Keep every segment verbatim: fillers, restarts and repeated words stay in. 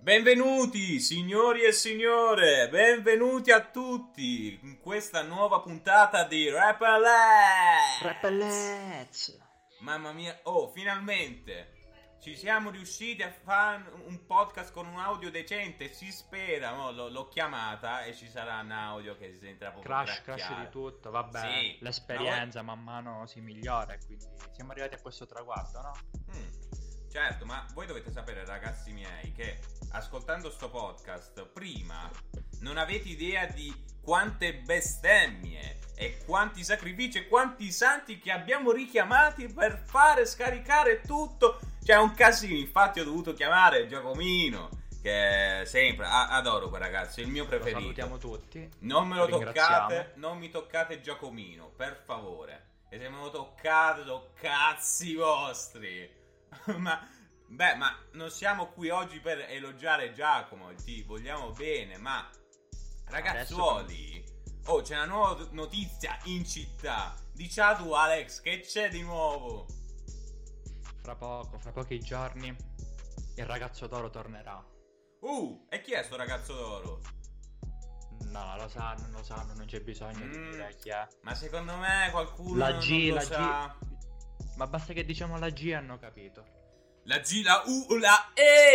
Benvenuti signori e signore, benvenuti a tutti in questa nuova puntata di Rappelets. Rappelets. Mamma mia, oh, finalmente ci siamo riusciti a fare un podcast con un audio decente, si spera, no? L- l'ho chiamata e ci sarà un audio che si sentirà proprio Crash, gracchiare. crash di tutto, vabbè, Sì, l'esperienza ma man mano si migliora e quindi siamo arrivati a questo traguardo, no? Mm, certo, ma voi dovete sapere, ragazzi miei, che ascoltando sto podcast prima non avete idea di quante bestemmie e quanti sacrifici e quanti santi che abbiamo richiamati per fare scaricare tutto. C'è un casino, infatti ho dovuto chiamare Giacomino, che sempre a- adoro quel ragazzo, è il mio Lo preferito. salutiamo tutti. Non me lo Lo toccate, ringraziamo. non mi toccate Giacomino, per favore. E se me lo toccate, so cazzi vostri. Ma, beh, ma non siamo qui oggi per elogiare Giacomo, ti vogliamo bene, ma ragazzuoli, oh, c'è una nuova notizia in città. Dici tu, Alex, che c'è di nuovo? Fra poco, fra pochi giorni, il ragazzo d'oro tornerà. Uh, e chi è sto ragazzo d'oro? No, lo sanno, lo sanno, non c'è bisogno di Mm, dire chi è. ma secondo me qualcuno La non G, lo la sa. G. Ma basta che diciamo la G e hanno capito. La G, la U, la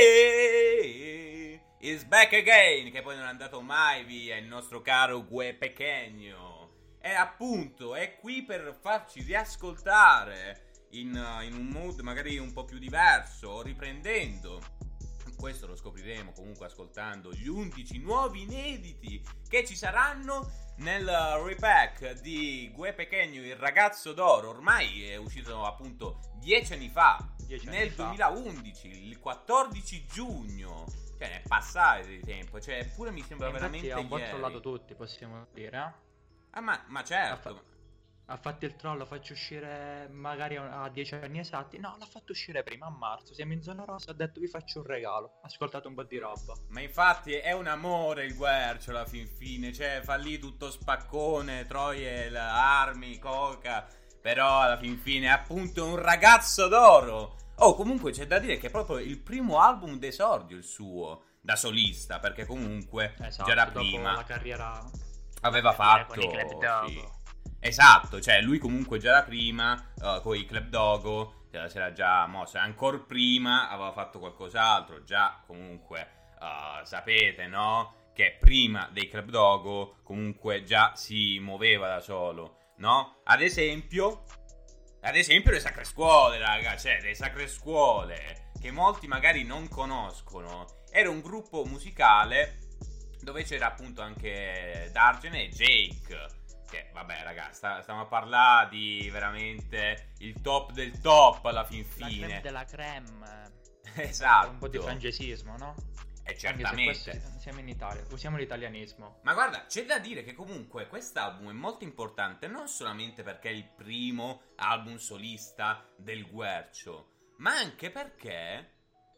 E is back again. Che poi non è andato mai via il nostro caro Gue Pequeño. E appunto è qui per farci riascoltare in, in un mood magari un po' più diverso, riprendendo. Questo lo scopriremo comunque ascoltando gli undici nuovi inediti che ci saranno nel repack di Gue Pequeño, il ragazzo d'oro. Ormai è uscito appunto dieci anni fa, Dieci anni nel fa. duemilaundici, il quattordici giugno. Cioè ne è passato di tempo, cioè eppure mi sembra Infatti veramente ha un po' ieri. trollato tutti, possiamo dire, eh? Ah, ma, ma certo. Ha fatto il troll, lo faccio uscire magari a dieci anni esatti. No, l'ha fatto uscire prima, a marzo. Siamo in zona rosa, ha detto vi faccio un regalo. Ascoltate un po' di roba. Ma infatti è un amore il Guercio alla fin fine. Cioè fa lì tutto spaccone, troie, armi, coca. Però alla fin fine è appunto un ragazzo d'oro. Oh, comunque c'è da dire che è proprio il primo album d'esordio il suo, da solista. Perché comunque Esatto, già da dopo prima la carriera aveva carriera fatto con i Club Dogo. sì. Esatto, cioè lui comunque già da prima uh, con i Club Dogo cioè, si era già mosso, ancora prima aveva fatto qualcos'altro. Già comunque uh, sapete, no? Che prima dei Club Dogo comunque già si muoveva da solo, no? Ad esempio Ad esempio le Sacre Scuole, raga. Cioè le Sacre Scuole, che molti magari non conoscono, era un gruppo musicale dove c'era appunto anche D'Argene e Jake. Che vabbè raga, sta, stiamo a parlare di veramente il top del top alla fin La fine. creme della creme. Esatto. Un po' di francesismo, no? E Anche se certamente questo- siamo in Italia, usiamo l'italianismo. Ma guarda, c'è da dire che comunque quest'album è molto importante non solamente perché è il primo album solista del Guercio, ma anche perché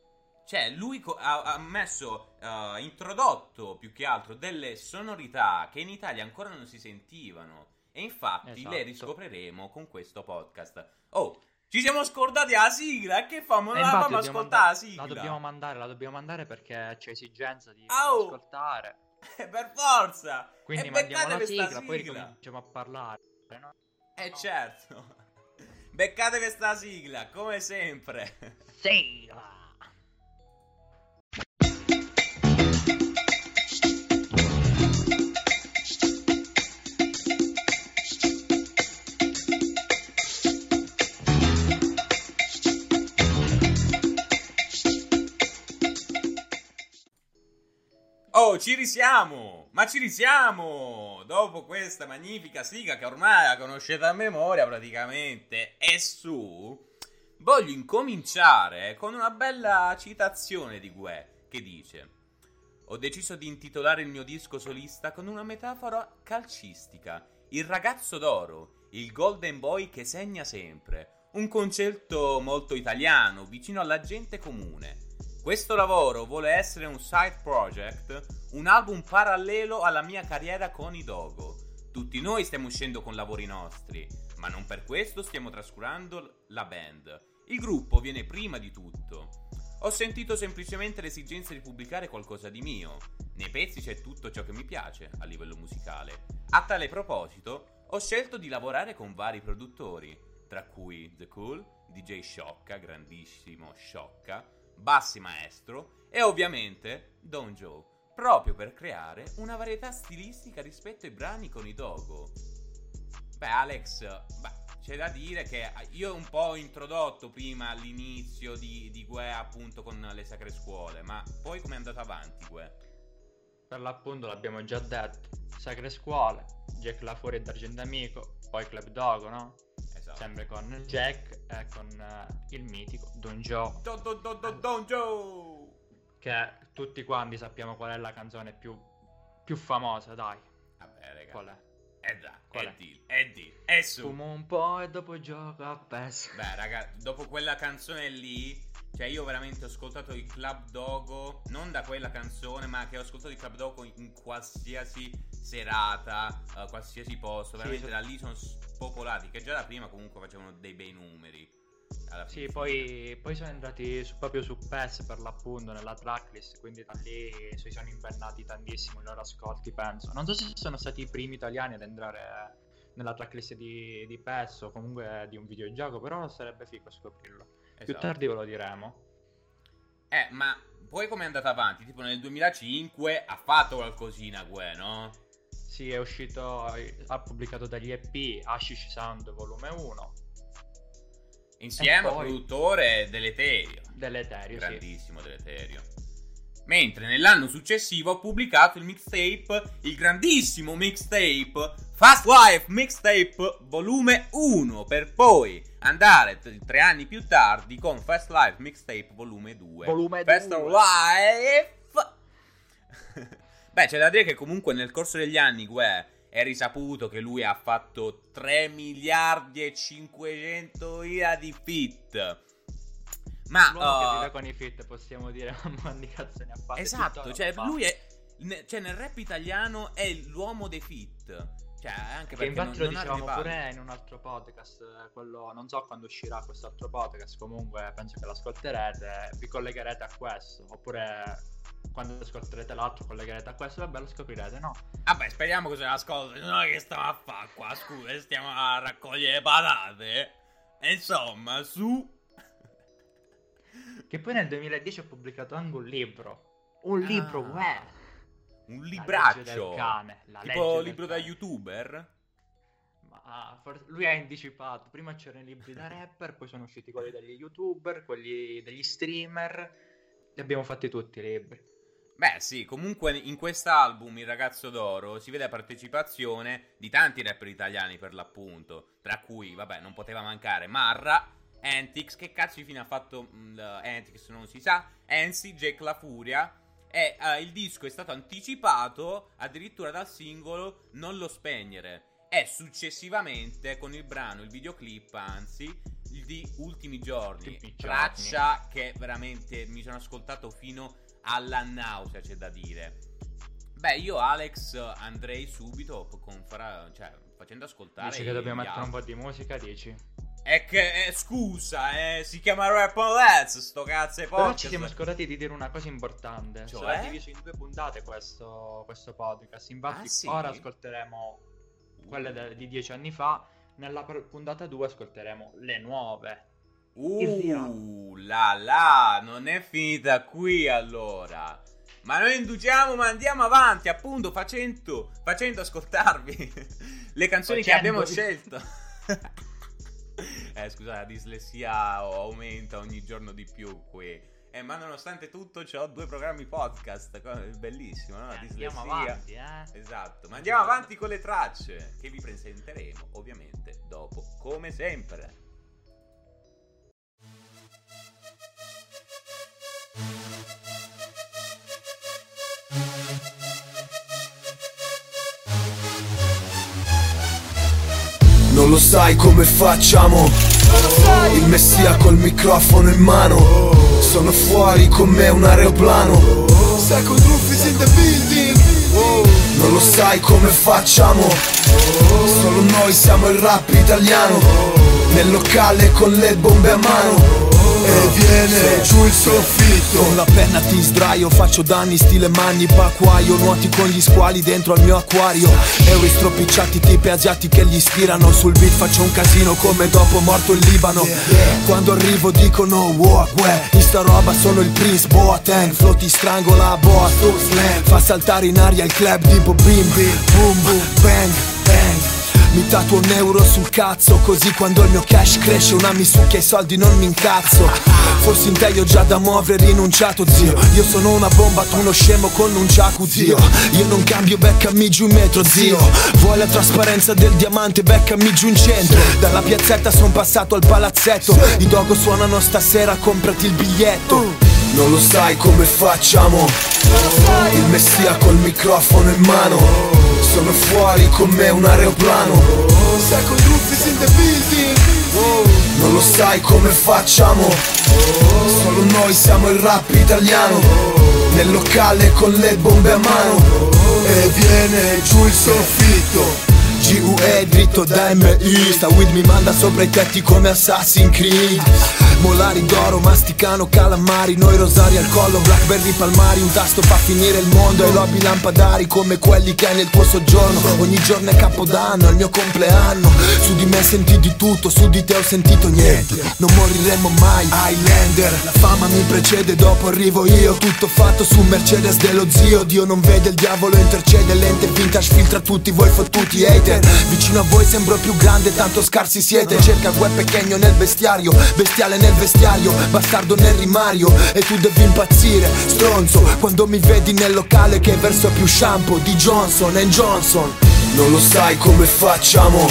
cioè lui co- ha, ha messo, uh, introdotto più che altro delle sonorità che in Italia ancora non si sentivano. E infatti Esatto. le riscopriremo con questo podcast. Oh, ci siamo scordati la sigla, che famo? E Non infatti avevamo dobbiamo ascoltato la andare- sigla. La dobbiamo mandare, la dobbiamo mandare perché c'è esigenza di Au! farla ascoltare. Per forza. Quindi E mandiamo beccate la questa sigla, poi sigla. ricominciamo a parlare, no? Eh certo. Beccate questa sigla, come sempre. Sigla! Oh, ci risiamo! Ma ci risiamo! Dopo questa magnifica sigla che ormai la conoscete a memoria praticamente. E su, voglio incominciare con una bella citazione di Gue, che dice: ho deciso di intitolare il mio disco solista con una metafora calcistica. Il ragazzo d'oro, il golden boy che segna sempre. Un concetto molto italiano, vicino alla gente comune. Questo lavoro vuole essere un side project, un album parallelo alla mia carriera con i Dogo. Tutti noi stiamo uscendo con lavori nostri, ma non per questo stiamo trascurando la band. Il gruppo viene prima di tutto. Ho sentito semplicemente l'esigenza di pubblicare qualcosa di mio. Nei pezzi c'è tutto ciò che mi piace a livello musicale. A tale proposito, ho scelto di lavorare con vari produttori, tra cui The Cool, D J Sciocca, grandissimo Sciocca, Bassi Maestro e ovviamente Don Joe, proprio per creare una varietà stilistica rispetto ai brani con i Dogo. Beh, Alex, beh, c'è da dire che io un po' ho introdotto prima all'inizio di, di Gue appunto con le Sacre Scuole, ma poi com'è andato avanti Gue? Per l'appunto l'abbiamo già detto, Sacre Scuole, Jack La Furia e D'Argento Amico, poi Club Dogo, no? Esatto. Sempre con Jack e con uh, il mitico Don Joe. Don, don, don, don, Don Joe! Che tutti quanti sappiamo qual è la canzone più, più famosa, dai. Vabbè, raga. Qual è? Eh dai, Qual è è? di, è di, è su. Fumo un po' e dopo gioco a P E S. Beh, raga, dopo quella canzone lì, cioè io veramente ho ascoltato il Club Dogo, non da quella canzone, ma che ho ascoltato il Club Dogo in qualsiasi serata, uh, qualsiasi posto, veramente Sì, da lì sono spopolati, che già da prima comunque facevano dei bei numeri. Alla Sì, fine. poi, poi sono entrati su- proprio su P E S per l'appunto nella tracklist, quindi da lì si sono invernati tantissimo i loro ascolti, penso. Non so se sono stati i primi italiani ad entrare nella tracklist di, di P E S o comunque di un videogioco, però sarebbe figo scoprirlo. Più Esatto. tardi ve lo diremo. Eh, ma poi com'è andata avanti? Tipo nel duemilacinque ha fatto qualcosina, Gue, no? Sì, è uscito, ha pubblicato degli E P, Hashish Sound volume uno, Insieme E al poi- produttore Deleterio. Deleterio, sì. Grandissimo Deleterio. Mentre nell'anno successivo ha pubblicato il mixtape, il grandissimo mixtape Fast Life Mixtape volume uno, per poi andare t- tre anni più tardi con Fast Life Mixtape volume due. Volume Fast due. Life. Beh, c'è da dire che comunque nel corso degli anni, Gue, è risaputo che lui ha fatto tre miliardi e cinquecentomila di feat. Ma L'uomo che uh, vive con i fit, possiamo dire, quanti cazzo ne ha fatti. esatto, tuttora cioè lo fa. lui è ne- cioè nel rap italiano è l'uomo dei feat. Cioè anche Che perché infatti non, lo non ha dicevamo rivali. pure in un altro podcast, eh, quello, non so quando uscirà quest'altro podcast, comunque penso che l'ascolterete, vi collegherete a questo, oppure quando ascolterete l'altro collegherete a questo, vabbè lo scoprirete, no? Vabbè, speriamo che se l'ascolta. No, che stiamo a fare qua? Scusa, stiamo a raccogliere patate. E insomma, su. Che poi nel duemiladieci ho pubblicato anche un libro, un libro, Ah, uè, un La libraccio. legge del cane, la legge Tipo del libro da cane. YouTuber. Ma for- lui ha anticipato, prima c'erano i libri da rapper, poi sono usciti quelli degli YouTuber, quelli degli streamer, li abbiamo fatti tutti i libri. Beh, sì, comunque in quest'album Il ragazzo d'oro si vede la partecipazione di tanti rapper italiani per l'appunto, tra cui, vabbè, non poteva mancare Marra, Antix, che cazzo di fine ha fatto mh, Antix non si sa, Enzi, Jack La Furia, e eh, il disco è stato anticipato addirittura dal singolo Non lo spegnere, e successivamente con il brano, il videoclip anzi, il di Ultimi Giorni, Ultimi Giorni. traccia che veramente mi sono ascoltato fino alla nausea, c'è da dire. Beh, io Alex andrei subito con farà, cioè, facendo ascoltare Dici che dobbiamo gli mettere un po' altri. di musica, dici? È che, eh, scusa, eh, si chiama Rap on Let's, sto cazzo di Però podcast. ci siamo scordati di dire una cosa importante. Cioè? Sarà diviso in due puntate questo, questo podcast. Infatti, Ah, sì? ora ascolteremo quelle de- di dieci anni fa. Nella pr- puntata due ascolteremo le nuove. Uh, la la, non è finita qui allora. Ma noi indugiamo, ma andiamo avanti, appunto, facendo, facendo ascoltarvi le canzoni che abbiamo Facendovi. scelto. Eh, scusate, la dislessia aumenta ogni giorno di più qui. Eh, ma nonostante tutto c'ho due programmi podcast, co- è bellissimo, no? La Eh, dislessia. andiamo avanti, eh. Esatto, ma andiamo avanti con le tracce, che vi presenteremo ovviamente dopo, come sempre. Non lo sai come facciamo? Il messia col microfono in mano. Sono fuori con me un aeroplano. Psycho Rufus in the building. Non lo sai come facciamo? Solo noi siamo il rap italiano. Nel locale con le bombe a mano. e viene giù il soffitto. Con la penna ti sdraio, faccio danni stile Manny Pacquiao. Nuoti con gli squali dentro al mio acquario. Euro stropicciati tipi asiati che gli ispirano. Sul beat faccio un casino come dopo morto il Libano. Quando arrivo dicono wow, guè. In sta roba sono il Prince Boateng. Flow ti strangola a boa su slam. Fa saltare in aria il club tipo bim bim. Boom boom bang bang. Mi tatuo un euro sul cazzo, così quando il mio cash cresce una mi succhia i soldi non mi incazzo. Fossi in te io già da muovere rinunciato zio. Io sono una bomba, tu uno scemo con un giacu zio. Io non cambio, beccami giù in metro zio. Vuoi la trasparenza del diamante, beccami giù in centro. Dalla piazzetta son passato al palazzetto. I dogo suonano stasera, comprati il biglietto. Non lo sai come facciamo. Il messia col microfono in mano. Sono fuori con me un aeroplano. Second roof is in the building. Non lo sai come facciamo. Solo noi siamo il rap italiano. Nel locale con le bombe a mano. E viene giù il soffitto. G U E dritto da M I. Sta with me, manda sopra i tetti come Assassin's Creed. Molari d'oro, masticano calamari. Noi rosari al collo, Blackberry palmari. Un tasto fa finire il mondo e lobby lampadari come quelli che hai nel tuo soggiorno. Ogni giorno è capodanno, è il mio compleanno. Su di me senti di tutto, su di te ho sentito niente. Non moriremo mai, Highlander. La fama mi precede, dopo arrivo io. Tutto fatto su Mercedes dello zio. Dio non vede, il diavolo intercede. L'ente vintage filtra tutti voi fottuti hater. Vicino a voi sembro più grande, tanto scarsi siete. Cerca gue pequeño nel bestiario, bestiale nel vestiario, bastardo nel rimario. E tu devi impazzire, stronzo, quando mi vedi nel locale che verso più shampoo di Johnson and Johnson. Non lo sai come facciamo.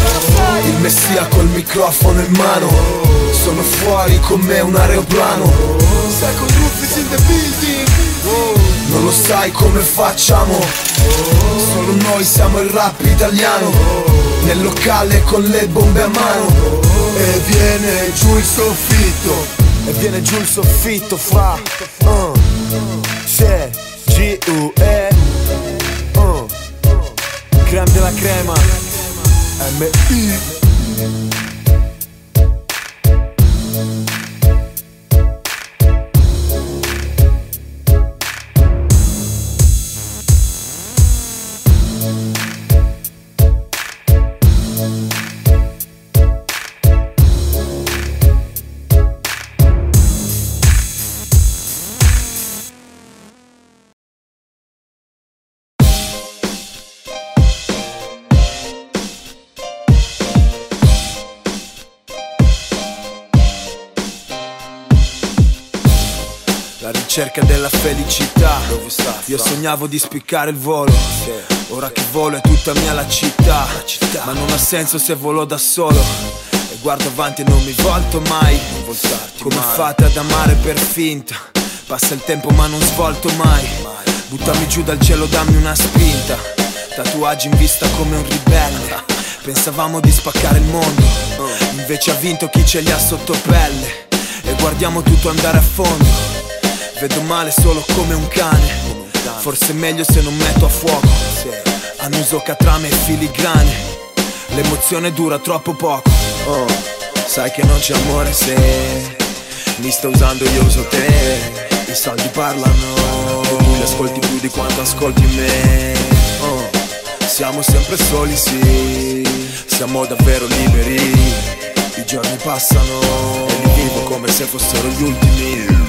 Il messia col microfono in mano. Sono fuori con me un aeroplano. Second roof is in the building. Non lo sai come facciamo. Solo noi siamo il rap italiano. Nel locale con le bombe a mano. E viene giù il soffitto. E viene giù il soffitto fra uh. C'è G U E uh. Creme della crema M I. La ricerca della felicità. Io sognavo di spiccare il volo. Ora che volo è tutta mia la città. Ma non ha senso se volo da solo. E guardo avanti e non mi volto mai. Come fate ad amare per finta. Passa il tempo ma non svolto mai. Buttami giù dal cielo, dammi una spinta. Tatuaggi in vista come un ribelle. Pensavamo di spaccare il mondo. Invece ha vinto chi ce li ha sotto pelle. E guardiamo tutto andare a fondo. Vedo male solo come un cane. Forse è meglio se non metto a fuoco. Annuso catrame e filigrane. L'emozione dura troppo poco. Oh, sai che non c'è amore se mi sto usando, io uso te. I soldi parlano e tu li ascolti più di quanto ascolti me. Oh, siamo sempre soli, sì. Siamo davvero liberi. I giorni passano e li vivo come se fossero gli ultimi.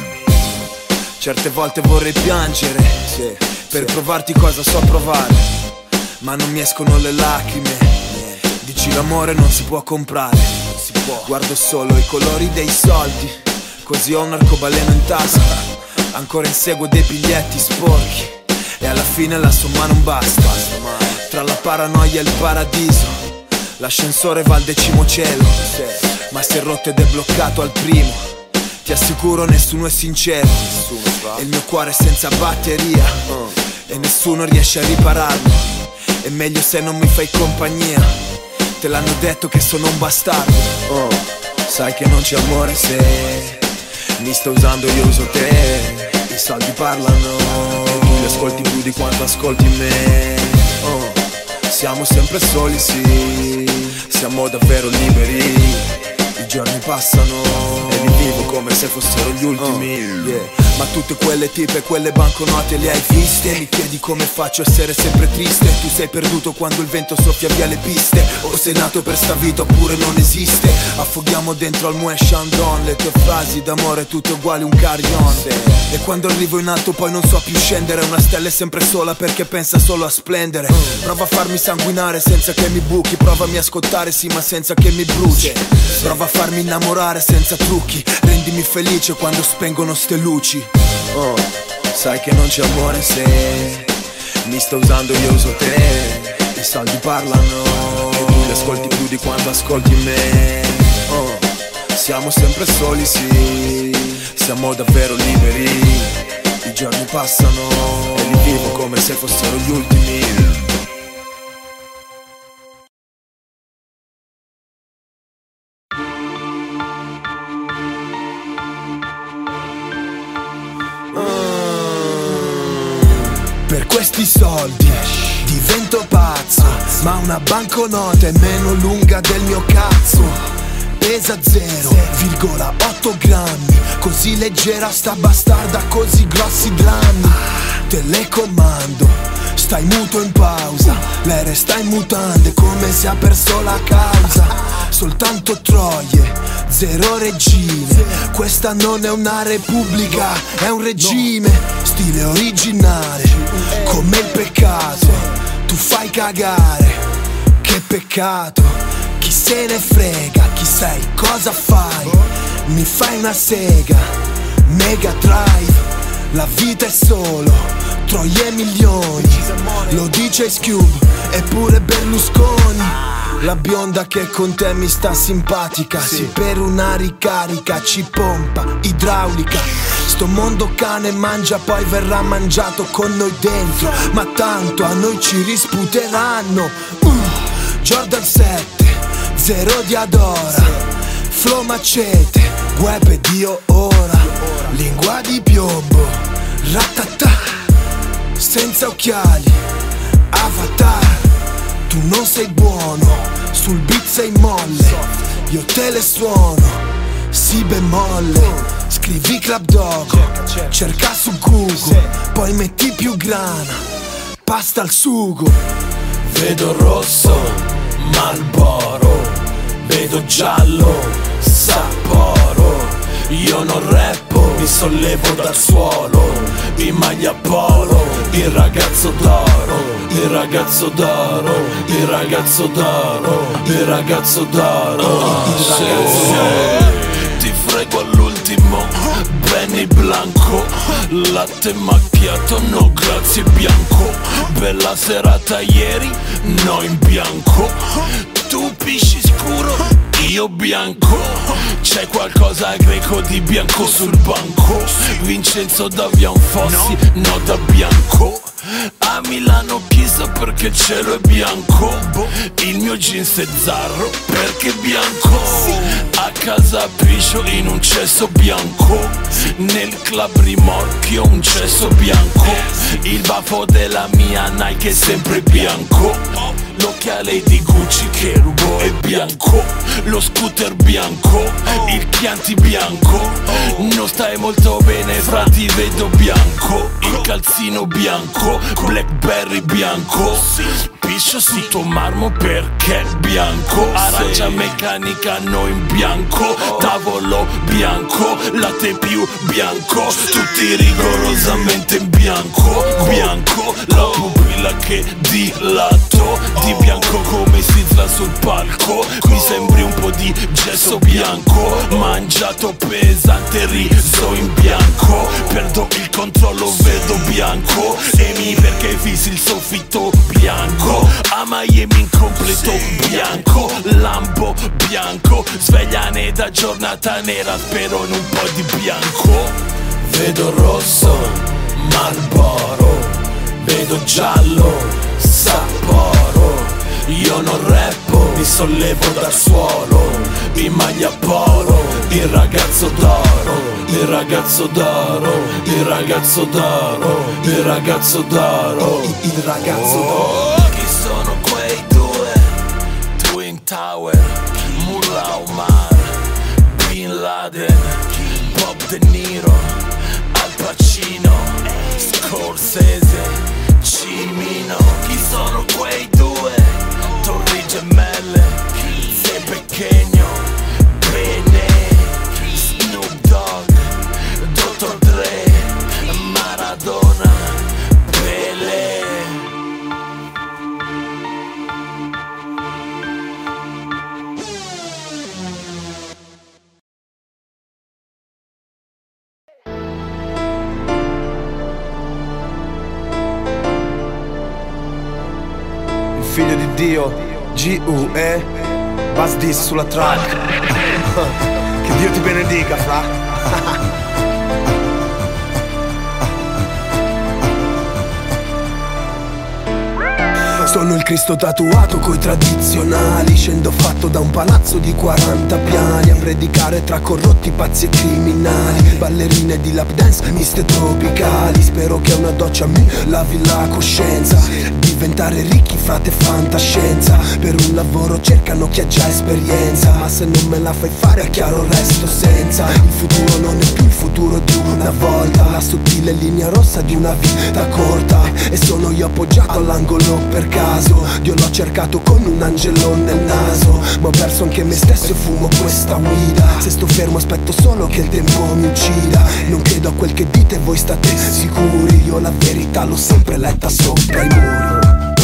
Certe volte vorrei piangere, sì, per sì. provarti cosa so provare. Ma non mi escono le lacrime. Dici l'amore non si può comprare. Non si può. Guardo solo i colori dei soldi. Così ho un arcobaleno in tasca. Ancora inseguo dei biglietti sporchi. E alla fine la somma non basta. Tra la paranoia e il paradiso. L'ascensore va al decimo cielo. Ma si è rotto ed è bloccato al primo. Ti assicuro nessuno è sincero. E il mio cuore è senza batteria. E nessuno riesce a ripararlo. È meglio se non mi fai compagnia. Te l'hanno detto che sono un bastardo. Oh, sai che non c'è amore se mi sto usando, io uso te. I soldi parlano e tu li ascolti più di quanto ascolti me. Oh, siamo sempre soli, sì. Siamo davvero liberi. I giorni passano e li vivo come se fossero gli ultimi, uh, yeah. Ma tutte quelle tipe, quelle banconote le hai viste? Mi chiedi come faccio a essere sempre triste. Tu sei perduto quando il vento soffia via le piste. O sei nato per sta vita oppure non esiste. Affoghiamo dentro al Moët Chandon le tue frasi d'amore tutte uguali un carillon. E quando arrivo in alto poi non so più scendere. Una stella è sempre sola perché pensa solo a splendere. Prova a farmi sanguinare senza che mi buchi. Provami a scottare sì ma senza che mi bruci. Prova a farmi innamorare senza trucchi. Rendimi felice quando spengono ste luci. Oh, sai che non c'è amore se mi sto usando, io uso te. I soldi parlano e tu li ascolti più di quando ascolti me. Oh, siamo sempre soli, sì, siamo davvero liberi. I giorni passano e li vivo come se fossero gli ultimi. Per questi soldi divento pazzo, ma una banconota è meno lunga del mio cazzo. Pesa zero virgola otto grammi, così leggera sta bastarda, così grossi drammi. Telecomando, stai muto in pausa, lei resta in mutande come se ha perso la causa. Soltanto troie, zero regine, questa non è una repubblica, è un regime. Stile originale, come il peccato, tu fai cagare, che peccato. Chi se ne frega, chi sei, cosa fai? Mi fai una sega, Mega Drive. La vita è solo troie e milioni, lo dice Ice Cube eppure Berlusconi. La bionda che con te mi sta simpatica, sì, per una ricarica ci pompa, idraulica. Sto mondo cane mangia poi verrà mangiato con noi dentro, ma tanto a noi ci risputeranno. uh, Jordan sette, zero di Adora, flow macete, web e Dio ora. Lingua di piombo, ratatà, senza occhiali, avatar. Tu non sei buono, sul beat sei molle, io te le suono, si bemolle. Scrivi Club Dog, cerca su Google, poi metti più grana, pasta al sugo. Vedo rosso, Marlboro, vedo giallo, Sapporo. Io non rappo, mi sollevo dal suolo, in maglia polo, il ragazzo d'oro, il ragazzo d'oro, il ragazzo d'oro, il ragazzo d'oro, il ragazzo d'oro. Ti frego all'ultimo, Benny Blanco, latte macchiato, no grazie bianco. Bella serata ieri, no in bianco. Tu pisci scuro, io bianco. C'è qualcosa greco di bianco sul banco. Vincenzo da Via Fossi, no da bianco. A Milano chissà perché il cielo è bianco. Il mio jeans è zarro perché è bianco. A casa piscio in un cesso bianco. Nel club rimorchio un cesso bianco. Il baffo della mia Nike è sempre bianco. L'occhiale di Gucci che rubo è bianco. Lo scooter bianco, il Chianti bianco. Non stai molto bene fra, ti vedo bianco. Il calzino bianco, Blackberry bianco. Piscio sotto marmo perché è bianco. Arancia meccanica, no in bianco. Tavolo bianco, latte più bianco. Tutti rigorosamente in bianco. Bianco, la pupilla che dilato. Di bianco come Sidra sul palco. Mi sembri un po' di gesso bianco. Mangiato pesante, riso in bianco. Perdo il controllo, vedo bianco. E mi perché fissi il soffitto bianco. A Miami in completo bianco. Lambo bianco. Svegliane da giornata nera, spero in un po' di bianco. Vedo rosso, Marlboro, vedo giallo, Sapporo. Io non rappo, mi sollevo dal suolo, in maglia polo, il ragazzo d'oro, il ragazzo d'oro, il ragazzo d'oro, il ragazzo d'oro, il ragazzo d'oro. Chi sono quei due? Twin Tower, Mullah Omar, Bin Laden, Bob De Niro, Al Pacino, Scorsese, Cimino. Chi sono quei due? Torri gemelle, Ze Pequeño, Bene, Snoop Dogg, dottor Dre, Maradona, Pelé. Figlio di Dio, G U E, Buzz Dis sulla track. Che Dio ti benedica, fra. Sono il Cristo tatuato coi tradizionali. Scendo fatto da un palazzo di quaranta piani a predicare tra corrotti, pazzi e criminali. Ballerine di lap dance, miste tropicali. Spero che una doccia mi lavi la coscienza. Diventare ricchi, frate, fantascienza. Per un lavoro cercano chi ha già esperienza, ma se non me la fai fare è chiaro resto senza. Il futuro non è più il futuro di una volta, la sottile linea rossa di una vita corta. E sono io appoggiato all'angolo per caso. Dio l'ho cercato con un angelo nel naso, ma ho perso anche me stesso e fumo questa guida. Se sto fermo aspetto solo che il tempo mi uccida. Non credo a quel che dite, voi state sicuri. Io la verità l'ho sempre letta sopra i muri.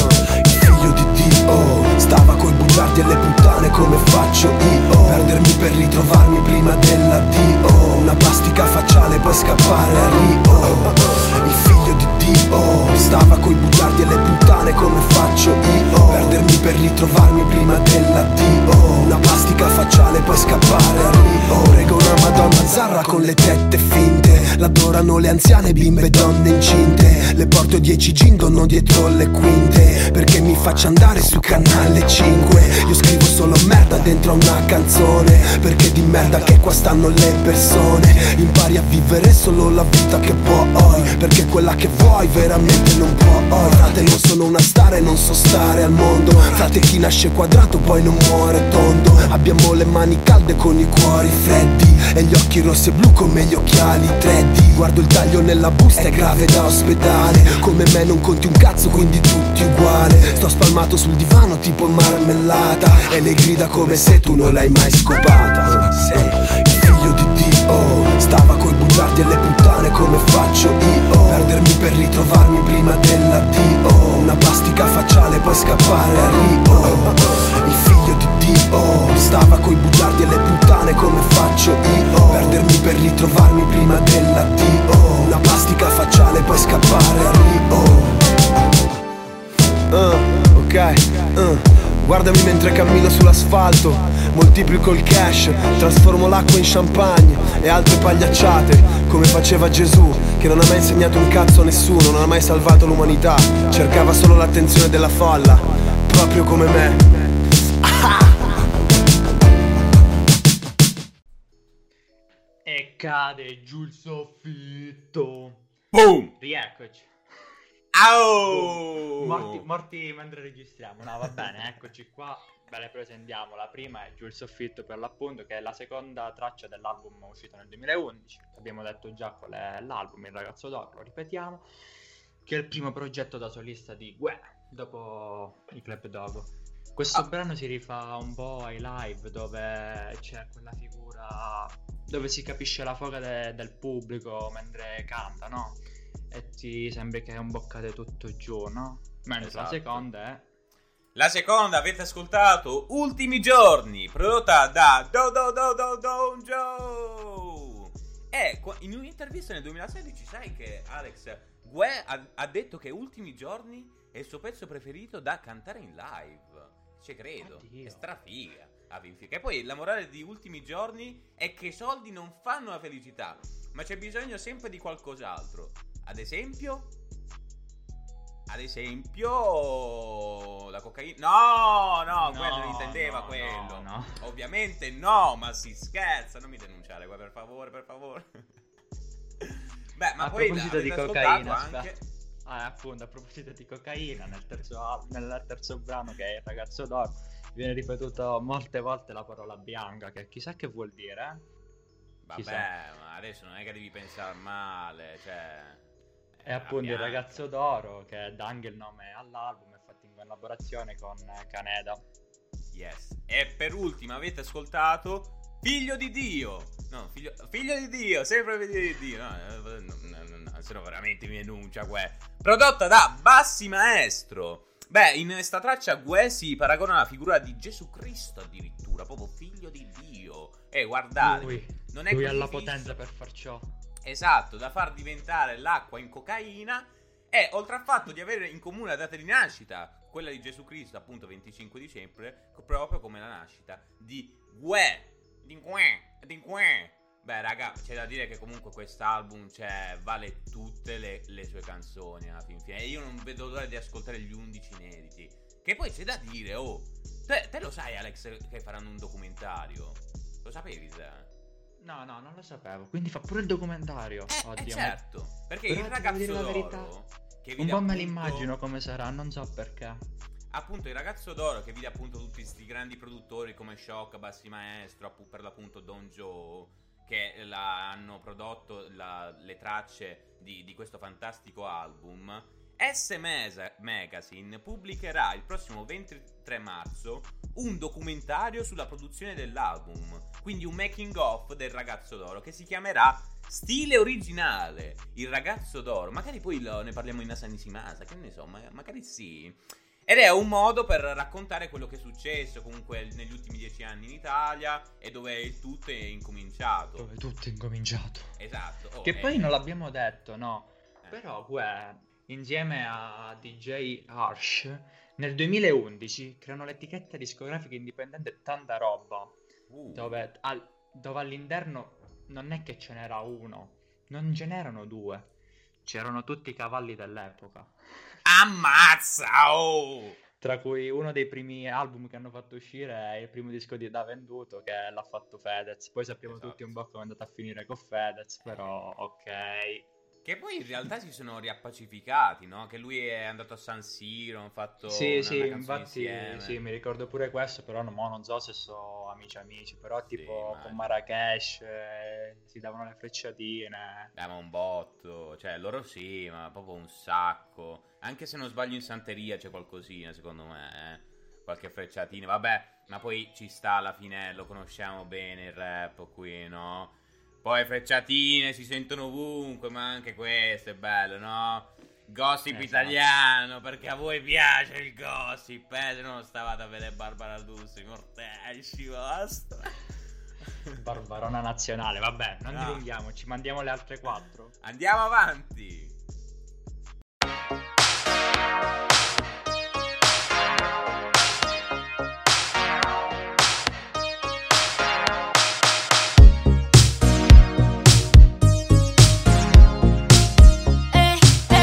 Il figlio di Dio stava coi bugiardi e le puttane come faccio io. Perdermi per ritrovarmi prima dell'addio. Una plastica facciale poi scappare a Rio. Il figlio di Dio stava coi bugiardi e le puttane come faccio io. Perdermi per ritrovarmi prima dell'addio. Una plastica facciale poi scappare a Rio. Prego una Madonna Zarra con le tette finte. L'adorano le anziane, bimbe e donne incinte. Le porto dieci gin, donno dietro le quinte, perché mi faccio andare su canale cinque. Io scrivo solo merda dentro una canzone, perché di merda che qua stanno le persone. Impari a vivere solo la vita che puoi, perché quella che vuoi veramente non puoi. Frate, non sono una star e non so stare al mondo. Frate, chi nasce quadrato poi non muore tondo. Abbiamo le mani calde con i cuori freddi e gli occhi rossi e blu come gli occhiali tre D. Guardo il taglio nella busta, è grave da ospedale. Come me non conti un cazzo, quindi tutti uguali. Sto spalmato sul divano tipo marmellata e le grida come se tu non l'hai mai scopata. Sei il figlio di Dio, stava coi bugiardi e le puttane come faccio io. Perdermi per ritrovarmi prima dell'addio. Una plastica facciale poi scappare a Rio. Il figlio di Dio stava coi bugiardi e le puttane come faccio io. Perdermi per ritrovarmi prima dell'addio. Una plastica facciale poi scappare a Rio. Uh, ok, uh. Guardami mentre cammino sull'asfalto, moltiplico il cash, trasformo l'acqua in champagne e altre pagliacciate, come faceva Gesù, che non ha mai insegnato un cazzo a nessuno, non ha mai salvato l'umanità, cercava solo l'attenzione della folla, proprio come me. E cade giù il soffitto. Boom! Rieccoci. Au! Morti, morti mentre registriamo. No, va bene, eccoci qua. Ve le presentiamo. La prima è Giù il soffitto, per l'appunto, che è la seconda traccia dell'album uscito nel duemilaundici. Abbiamo detto già qual è l'album, Il ragazzo d'oro, lo ripetiamo. Che è il primo progetto da solista di Gue, dopo i Club Dogo. Questo ah. brano si rifà un po' ai live, dove c'è quella figura dove si capisce la foga de- del pubblico mentre canta, no? E ti sembra che è un boccate tutto giù, no? Mentre esatto. La seconda è... La seconda, avete ascoltato Ultimi Giorni, prodotta da Do Do Do Do Don Joe. E in un'intervista nel duemilasedici, sai che Alex Gue ha, ha detto che Ultimi Giorni è il suo pezzo preferito da cantare in live. Ci credo, Addio. È strafiga. E poi la morale di Ultimi Giorni è che i soldi non fanno la felicità, ma c'è bisogno sempre di qualcos'altro. Ad esempio, ad esempio, la cocaina. No, no, no, quello non intendeva no, quello. No, no. Ovviamente no, ma si scherza. Non mi denunciare qua, per favore, per favore. Beh, ma a poi proposito di cocaina, anche... ah, appunto, a proposito di cocaina, nel terzo, nel terzo brano, che è Il ragazzo d'oro, viene ripetuto molte volte la parola bianca, che chissà che vuol dire, eh? Vabbè, ma adesso non è che devi pensare male, cioè... E appunto il ragazzo d'oro, che dà anche il nome all'album, è fatto in collaborazione con Caneda. Yes. E per ultimo avete ascoltato Figlio di Dio. No, figlio, figlio di Dio, sempre figlio di Dio. No, no, no, no, no, se no veramente mi enuncia Gue. Prodotta da Bassi Maestro. Beh, in sta traccia Gue si paragona alla figura di Gesù Cristo addirittura, proprio figlio di Dio. E guardate, lui, non è lui ha così la fisso. potenza per far ciò. Esatto, da far diventare l'acqua in cocaina. E oltre al fatto di avere in comune la data di nascita, quella di Gesù Cristo, appunto venticinque dicembre, proprio come la nascita di Gue. Di Gue, di Gue. Beh, raga, c'è da dire che comunque quest'album, cioè, vale tutte le, le sue canzoni alla fin fine. E io non vedo l'ora di ascoltare gli undici inediti. Che poi c'è da dire, oh, te, te lo sai, Alex, che faranno un documentario? Lo sapevi, te? No, no, non lo sapevo. Quindi fa pure il documentario. Eh, Oddio, eh certo, perché però il ti ragazzo devo dire la verità, d'oro che un vide po' me appunto- l'immagino come sarà, non so perché. Appunto il ragazzo d'oro che vide appunto tutti questi grandi produttori come Shock, Bassi Maestro, appu- per l'appunto Don Joe, che la- hanno prodotto la- le tracce di, di questo fantastico album. S Mesa- Magazine pubblicherà il prossimo ventitré marzo un documentario sulla produzione dell'album, quindi un making of del ragazzo d'oro che si chiamerà Stile Originale, il ragazzo d'oro. Magari poi lo- ne parliamo in Asanissimasa, che ne so, ma- magari sì. Ed è un modo per raccontare quello che è successo comunque negli ultimi dieci anni in Italia e dove il tutto è incominciato. Dove tutto è incominciato. Esatto. Oh, Che eh, poi non l'abbiamo detto, no. eh. Però, Gue, insieme a D J Harsh, nel duemilaundici creano l'etichetta discografica indipendente Tanta Roba, Uh, dove, al- dove all'interno non è che ce n'era uno, non ce n'erano due, c'erano tutti i cavalli dell'epoca. Ammazza! Oh! Tra cui uno dei primi album che hanno fatto uscire è il primo disco di Da Venduto, che l'ha fatto Fedez. Poi sappiamo Esatto. tutti un po' come è andata a finire con Fedez, però ok. Che poi in realtà si sono riappacificati, no? Che lui è andato a San Siro, hanno fatto Sì, una, sì, una canzone infatti insieme. sì, mi ricordo pure questo, però no, mo non so se sono amici amici, però Sì, tipo ma- con Marrakesh eh, si davano le frecciatine. Dai, ma un botto, cioè loro sì, ma proprio un sacco. Anche se non sbaglio in Santeria c'è qualcosina, secondo me, eh. Qualche frecciatina, vabbè, ma poi ci sta alla fine, lo conosciamo bene il rap qui, no? Poi frecciatine si sentono ovunque, ma anche questo è bello, no? Gossip Esatto. italiano, perché a voi piace il gossip, eh? Se non stavate a vedere Barbara D'Urso, i mortacci vostri. Barbarona nazionale, vabbè, non No. dilunghiamoci, mandiamo le altre quattro. Andiamo avanti. Ehi,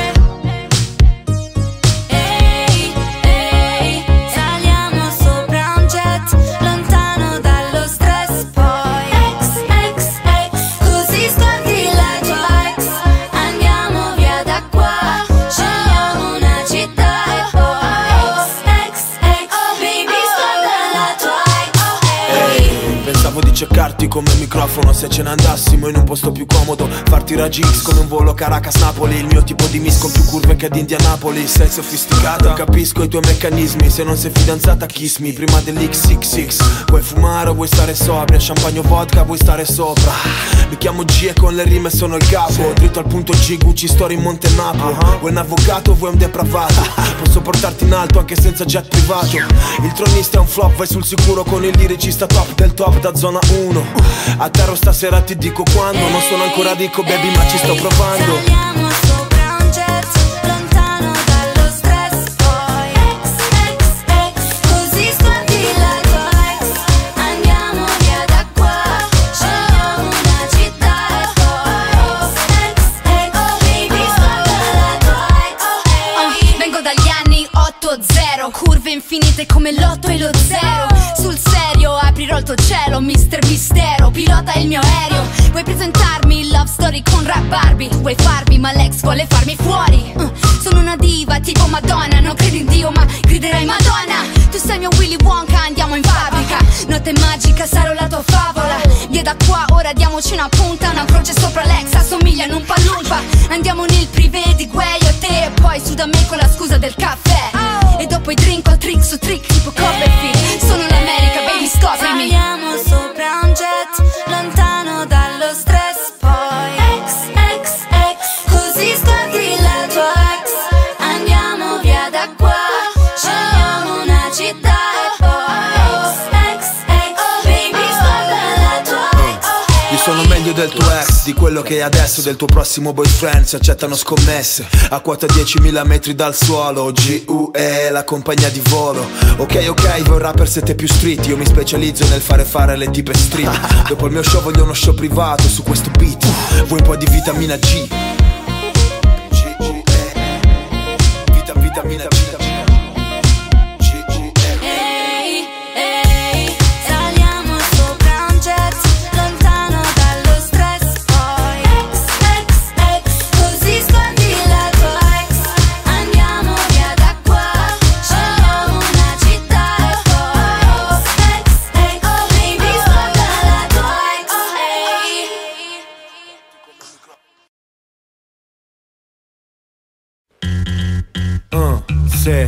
ehi, ehi, saliamo sopra un jet, lontano dallo stress, poi ex, ex, ex, così scordi la tua ex, andiamo via da qua, scegliamo una città e poi ex, ex, ex, baby scorda la tua ex, ehi. Pensavo di cercarti come il microfono se ce ne andassimo in un posto più comodo, farti raggi X come un volo Caracas-Napoli, il mio tipo di miss con più curve che ad Indianapolis. Sei sofisticata, capisco i tuoi meccanismi, se non sei fidanzata kiss me prima dell'X X X. Vuoi fumare o vuoi stare sobria, champagne o vodka vuoi stare sopra. Mi chiamo G e con le rime sono il capo, dritto al punto G, Gucci Story in Monte Napo. Vuoi un avvocato o vuoi un depravato, posso portarti in alto anche senza jet privato. Il tronista è un flop, vai sul sicuro con il liricista top del top da zona uno. A terra stasera ti dico quando, non sono ancora ricco baby ma ci sto provando. Saliamo sopra un jet, lontano dallo stress, poi ex, ex, ex, così scordi la tua ex, andiamo via da qua, scegliamo una città e poi ex, ex, baby scorda la tua ex. Oh, vengo dagli anni otto zero, curve infinite come l'otto e lo zero. Sul serio aprirò il tuo cielo, mister Mistero, pilota il mio aereo. Vuoi presentarmi la love story con rap Barbie. Vuoi farmi ma l'ex vuole farmi fuori. uh, Sono una diva tipo Madonna. Non credi in Dio ma griderai Madonna. Tu sei mio Willy Wonka, andiamo in fabbrica. Notte magica, sarò la tua favola. Via da qua, ora diamoci una punta. Una croce sopra l'ex, assomiglia a un palumpa. Andiamo nel privé di Guaio e te. E poi su da me con la scusa del caffè. oh. E dopo i drink o trick su trick tipo Copperfield. Sono l'America, baby, scoprimi. Saliamo sopra un jet, lontano dallo stress. Poi ex, ex, ex, così scordi la tua ex. Andiamo via da qua, scegliamo una città. E poi ex, ex, ex, baby, scorda la tua ex. Io sono meglio del tuo ex, di quello che è adesso, del tuo prossimo boyfriend. Si accettano scommesse a quota diecimila metri dal suolo. G U E, la compagnia di volo. Ok, ok, vorrà per sette più street. Io mi specializzo nel fare fare le tipe street. Dopo il mio show voglio uno show privato su questo beat. Vuoi un po' di vitamina G? G U E, Vita, vitamina G. Ehi, ehi, saliamo sopra un jet, lontano dallo stress. Poi ex, ex, ex, così scordi la tua ex. Andiamo via da qua, scegliamo una città. E poi ex, ex, baby, scorda la tua ex. Uh, sì.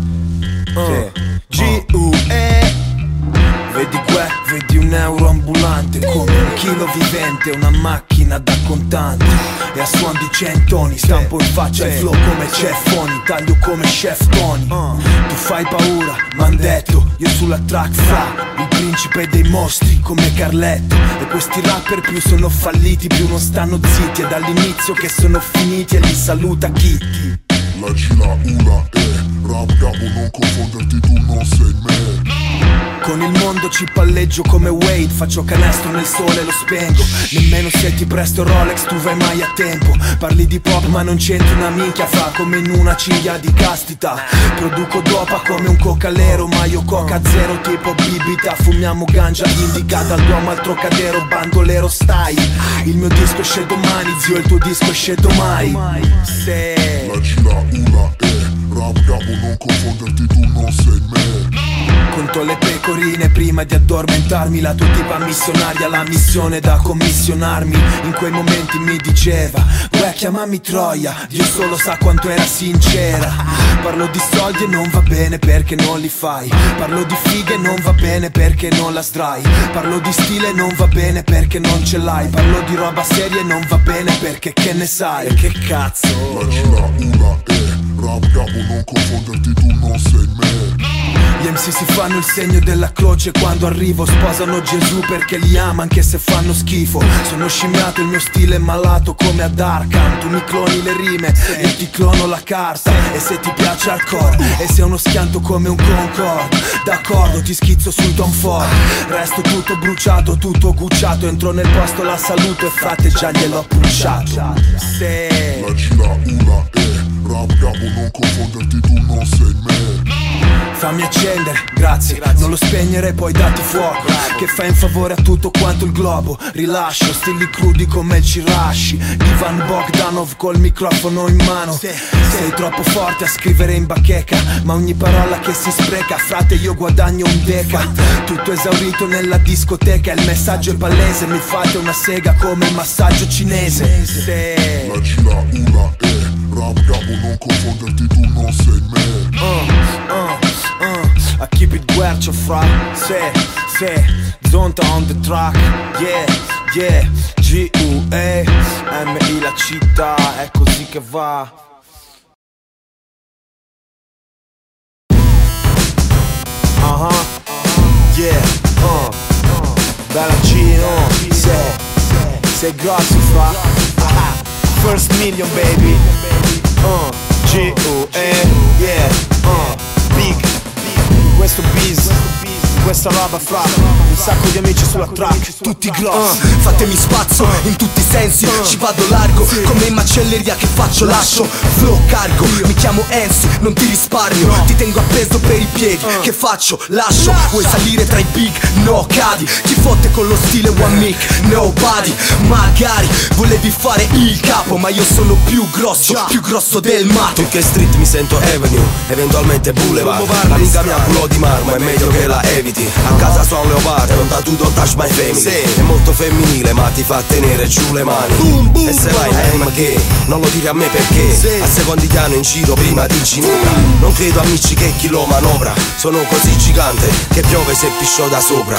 Uh, G U E. Vedi qua, vedi un euro ambulante, come un chilo vivente, una macchina da contanti. E a suon di centoni, stampo in faccia il flow come ceffoni, taglio come chef Tony. Tu fai paura, m'han detto, io sulla track fra il principe dei mostri come Carletto. E questi rapper più sono falliti, più non stanno zitti. È dall'inizio che sono finiti e li saluta Kitty. La G, la U, la E, rap capo, non confonderti, tu non sei me. Con il mondo ci palleggio come Wade, faccio canestro nel sole e lo spengo. Nemmeno se ti presto Rolex tu vai mai a tempo. Parli di pop ma non c'entri una minchia, fa come in una cinghia di castità. Produco dopa come un cocalero, ma io coca zero tipo bibita. Fumiamo ganja indica dal Duomo al Trocadero, bandolero stai. Il mio disco esce domani, zio, il tuo disco esce domani. Se La G, la U, la E, rap capo, non confonderti, tu non sei me. conto le pecorine prima di addormentarmi. La tua tipa missionaria, la missione da commissionarmi. In quei momenti mi diceva: uè, chiamami Troia, Dio solo sa quanto era sincera. Parlo di soldi e non va bene perché non li fai. Parlo di fighe e non va bene perché non la sdrai. Parlo di stile e non va bene perché non ce l'hai. Parlo di roba seria e non va bene perché che ne sai. E che cazzo? La G, la U, la E, rap capo, non confonderti, tu non sei me. Gli M C si fanno il segno della croce quando arrivo. Sposano Gesù perché li ama anche se fanno schifo. Sono scimmiato, il mio stile è malato come ad Arkham. Tu mi cloni le rime, io ti clono la carta. E se ti piace hardcore, e se è uno schianto come un Concorde, d'accordo, ti schizzo sul Tom Ford. Resto tutto bruciato, tutto gucciato. Entro nel posto, la saluto e frate già gliel'ho punciato. Se La G, la U, la E, rap capo, non confonderti, tu non sei me. fammi accendere, grazie, non lo spegnere poi dati fuoco. Che fai in favore a tutto quanto il globo. Rilascio, stili crudi come il Chirashi. Ivan Bogdanov col microfono in mano. Sei troppo forte a scrivere in bacheca, ma ogni parola che si spreca, frate, io guadagno un deca. Tutto esaurito nella discoteca, il messaggio è palese. Mi fate una sega come il massaggio cinese. Se La G, la U, la E, rap capo, non confonderti, tu non sei me. Uh, uh, uh, I keep it guercio fra. Se, se, Zonta on the track. Yeah, yeah. G U E M I la città, è così che va. Uh-huh, yeah, uh Bellacino, se, sei grosso fra. First million baby. Uh, G U E, yeah, uh, big. Questo biz, questa roba fra un sacco di amici sulla track, tutti gloss. uh, Fatemi spazio in tutti i sensi, ci vado largo come in macelleria che faccio lascio. Flow cargo, mi chiamo Enzi, non ti risparmio, ti tengo appeso per i piedi. Che faccio? Lascio, vuoi salire tra i big? No, cadi, ti fotte con lo stile one mic, nobody. Magari volevi fare il capo, ma io sono più grosso, più grosso del matto. Più che street mi sento avenue, eventualmente boulevard. L'amica mia culo di marmo, è meglio che la eviti. A casa sono leopardo, non tatu, don't touch my family. È molto femminile ma ti fa tenere giù le mani. Boom, boom, e se vai in M che non lo dire a me perché a secondi ti hanno in giro prima di Ginevra. Non credo amici che chi lo manovra, sono così gigante che piove se piscio da sopra.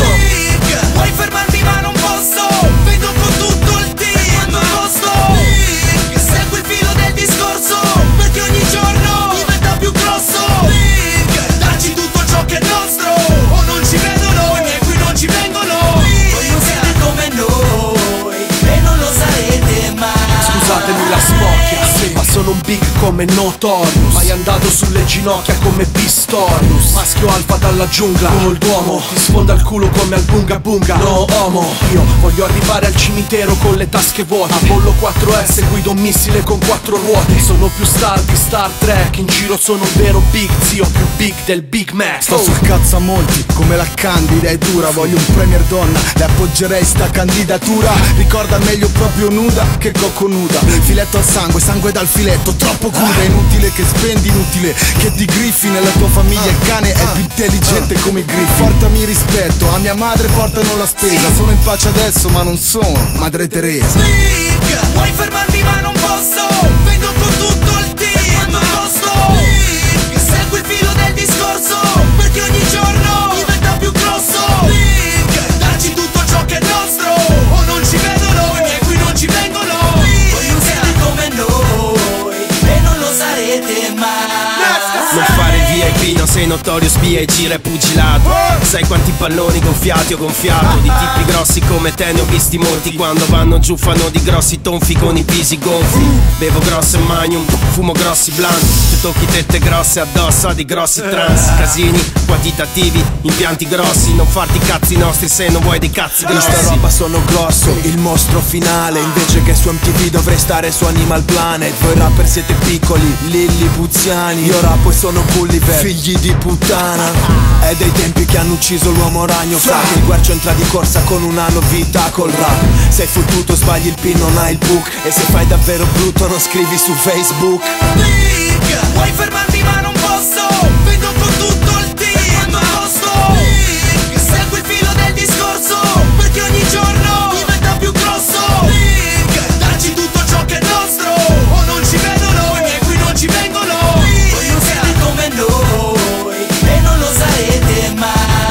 Big, vuoi fermarmi ma non posso, vedo con tutto il team. Non posso, Big, segui il filo del discorso, perché ogni giorno diventa più grosso. Big, darci tutto ciò che è nostro, o non ci vedono, i miei qui non ci vengono. Big, voi non siete come noi, e non lo sarete mai. Scusatemi la spocchia, ma sono un big come Notorious. Mai andato sulle ginocchia come Pistorius. Maschio alfa dalla giungla, col Duomo. Ti sfonda il culo come al Bunga Bunga. No homo, io voglio arrivare al cimitero con le tasche vuote. Apollo quattro S, guido un missile con quattro ruote. Sono più star di Star Trek, in giro sono un vero big zio, più big del Big Mac. Sto sul cazzo a molti, come la candida è dura. Voglio un premier donna, le appoggerei sta candidatura. Ricorda meglio proprio nuda che cocco nuda. Filetto al sangue, sangue dal filetto, troppo cruda. Inutile che spendi, inutile che ti griffi. Nella tua famiglia il cane è più intelligente come i griffi. Portami rispetto, a mia madre portano la spesa. Sono in pace adesso ma non sono Madre Teresa. Big, vuoi fermarmi ma non posso, vengo con tutto il team. Non posso, Big, segui il filo del discorso, perché ogni giorno diventa più grosso. Big, darci tutto ciò che è nostro, o non ci vedono, i miei qui non ci vengono. Big, voi non siete come noi, e non lo sarete mai. Non fare il V I P, non sei notorio spia e gira e pugilato. Sai quanti palloni gonfiati ho gonfiato. Di tipi grossi come te ne ho visti molti. Quando vanno giù fanno di grossi tonfi con i pisi gonfi. Bevo grosse magnum, fumo grossi blunt. Tu tocchi tette grosse addosso a di grossi trans. Casini, quantitativi, impianti grossi. Non farti cazzi nostri se non vuoi dei cazzi grossi. Questa roba sono grosso, il mostro finale. Invece che su M T V dovrei stare su Animal Planet. Voi rapper siete piccoli, lillipuziani. Io rappo e sono Gulliver, figli di puttana. È dei tempi che hanno ucciso l'uomo ragno. Fra che il guercio entra di corsa con una novità col rap. Sei fottuto, sbagli il pin, non hai il book. E se fai davvero brutto non scrivi su Facebook. Big, vuoi fermarmi ma non posso, vengo con tutto il team. Non posso, Big, segui il filo del discorso, perché ogni giorno diventa più grosso. Big, darci tutto ciò che è nostro, o non ci vedono, i miei qui non ci vengono. Big, voi non siete come noi, e non lo sarete mai.